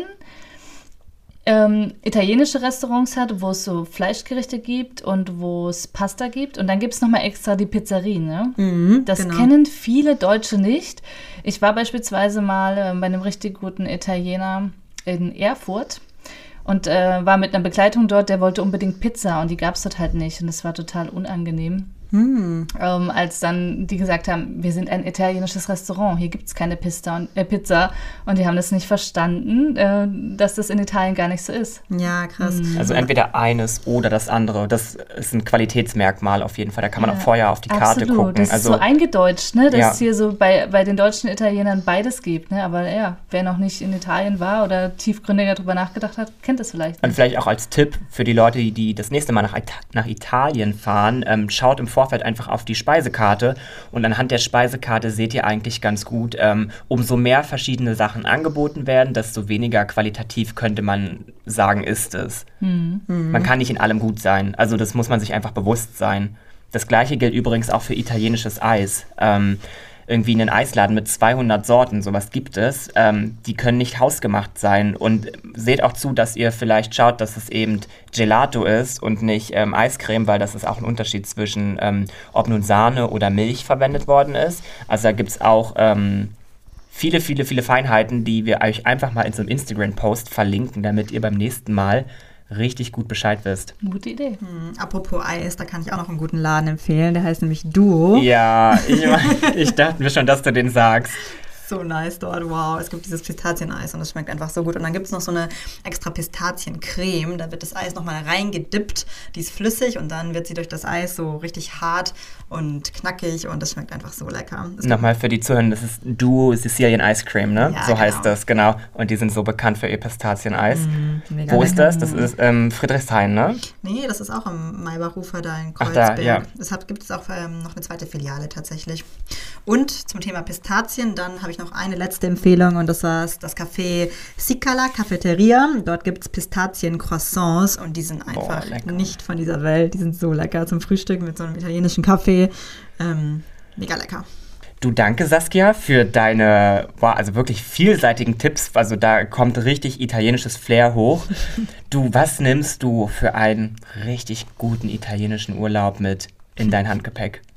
Ähm, italienische Restaurants hat, wo es so Fleischgerichte gibt und wo es Pasta gibt. Und dann gibt es nochmal extra die Pizzerie, ne? Mhm, das genau. kennen viele Deutsche nicht. Ich war beispielsweise mal äh, bei einem richtig guten Italiener in Erfurt und äh, war mit einer Begleitung dort, der wollte unbedingt Pizza und die gab es dort halt nicht. Und das war total unangenehm. Hm. Ähm, als dann die gesagt haben, wir sind ein italienisches Restaurant, hier gibt es keine Pizza und, äh, Pizza und die haben das nicht verstanden, äh, dass das in Italien gar nicht so ist. Ja, krass. Hm. Also entweder eines oder das andere, das ist ein Qualitätsmerkmal auf jeden Fall, da kann man ja, auch vorher auf die Karte absolut. gucken. Das also, ist so eingedeutscht, ne? dass ja. es hier so bei, bei den deutschen Italienern beides gibt, ne? Aber ja, wer noch nicht in Italien war oder tiefgründiger darüber nachgedacht hat, kennt das vielleicht nicht. Und vielleicht auch als Tipp für die Leute, die, die das nächste Mal nach, Ita- nach Italien fahren, ähm, schaut im Vorfeld einfach auf die Speisekarte und anhand der Speisekarte seht ihr eigentlich ganz gut, ähm, umso mehr verschiedene Sachen angeboten werden, desto weniger qualitativ könnte man sagen, ist es. Mhm. Man kann nicht in allem gut sein, also das muss man sich einfach bewusst sein. Das Gleiche gilt übrigens auch für italienisches Eis. Ähm, irgendwie einen Eisladen mit zweihundert Sorten, sowas gibt es, ähm, die können nicht hausgemacht sein. Und seht auch zu, dass ihr vielleicht schaut, dass es eben Gelato ist und nicht ähm, Eiscreme, weil das ist auch ein Unterschied zwischen, ähm, ob nun Sahne oder Milch verwendet worden ist. Also da gibt es auch ähm, viele, viele, viele Feinheiten, die wir euch einfach mal in so einem Instagram-Post verlinken, damit ihr beim nächsten Mal richtig gut Bescheid wisst. Gute Idee. Hm, apropos Eis, da kann ich auch noch einen guten Laden empfehlen. Der heißt nämlich Duo. Ja, ich, ich dachte mir schon, dass du den sagst. So nice dort, wow. Es gibt dieses Pistazieneis und das schmeckt einfach so gut. Und dann gibt es noch so eine extra Pistaziencreme. Da wird das Eis nochmal reingedippt. Die ist flüssig und dann wird sie durch das Eis so richtig hart und knackig und das schmeckt einfach so lecker. Es Nochmal für die Zuhörer, das ist Duo Sicilian Ice Cream, ne? Ja, so genau. heißt das, genau. Und die sind so bekannt für ihr Pistazieneis. Mm, mega Wo lecker. ist das? Das ist ähm, Friedrichshain, ne? Nee, das ist auch im Maybach-Ufer da in Ach, Kreuzberg. da, ja. Deshalb gibt es auch ähm, noch eine zweite Filiale tatsächlich. Und zum Thema Pistazien, dann habe ich noch eine letzte Empfehlung und das war das Café Cicala Cafeteria. Dort gibt es Pistazien-Croissants und die sind einfach Boah, nicht von dieser Welt. Die sind so lecker zum Frühstück mit so einem italienischen Kaffee. Ähm, mega lecker. Du, danke Saskia für deine, boah, also wirklich vielseitigen Tipps. Also da kommt richtig italienisches Flair hoch. Du, was nimmst du für einen richtig guten italienischen Urlaub mit in dein Handgepäck?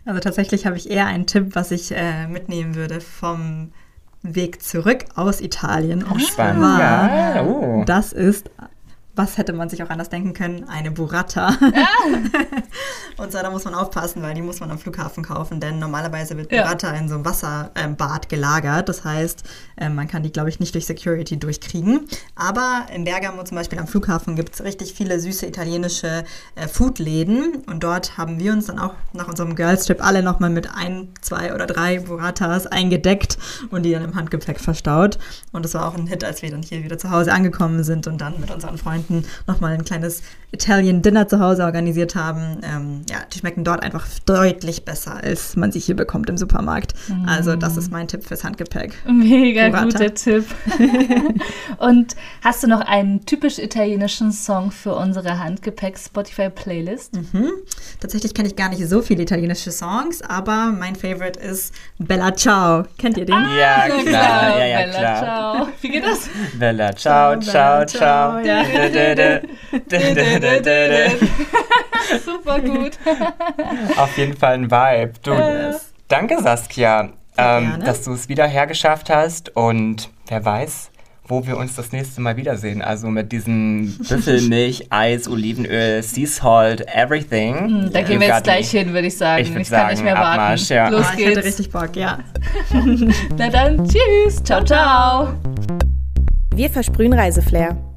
Also tatsächlich habe ich eher einen Tipp, was ich äh, mitnehmen würde vom Weg zurück aus Italien. Oh, spannend. Ja. Oh. Das ist, was hätte man sich auch anders denken können, eine Burrata. Ja. Und zwar, da muss man aufpassen, weil die muss man am Flughafen kaufen, denn normalerweise wird Burrata ja. in so einem Wasserbad äh, gelagert. Das heißt, äh, man kann die, glaube ich, nicht durch Security durchkriegen. Aber in Bergamo zum Beispiel am Flughafen gibt es richtig viele süße italienische äh, Foodläden. Und dort haben wir uns dann auch nach unserem Girls-Trip alle nochmal mit ein, zwei oder drei Burratas eingedeckt und die dann im Handgepäck verstaut. Und das war auch ein Hit, als wir dann hier wieder zu Hause angekommen sind und dann mit unseren Freunden nochmal ein kleines Italian Dinner zu Hause organisiert haben. Ähm, ja, die schmecken dort einfach deutlich besser, als man sie hier bekommt im Supermarkt. Mm. Also das ist mein Tipp fürs Handgepäck. Mega Burrata. Guter Tipp. Und hast du noch einen typisch italienischen Song für unsere Handgepäck-Spotify-Playlist? Mhm. Tatsächlich kenne ich gar nicht so viele italienische Songs, aber mein Favorite ist Bella Ciao. Kennt ihr den? Ah, ja, klar. Ja, ja, Bella klar. Ciao. Wie geht das? Bella Ciao, ciao, ciao. Ja. Super gut. Auf jeden Fall ein Vibe. Du, äh. Danke, Saskia, ähm, dass du es wieder hergeschafft hast. Und wer weiß, wo wir uns das nächste Mal wiedersehen. Also mit diesem Büffelmilch, Eis, Olivenöl, Sea Salt, everything. Da gehen wir jetzt gleich hin, würde ich sagen. Ich, ich sagen, kann nicht mehr Abmarsch, warten. Ja. Los oh, geht's. Ich hatte richtig Bock, ja. Na dann, tschüss. Ciao, ciao. Wir versprühen Reiseflair.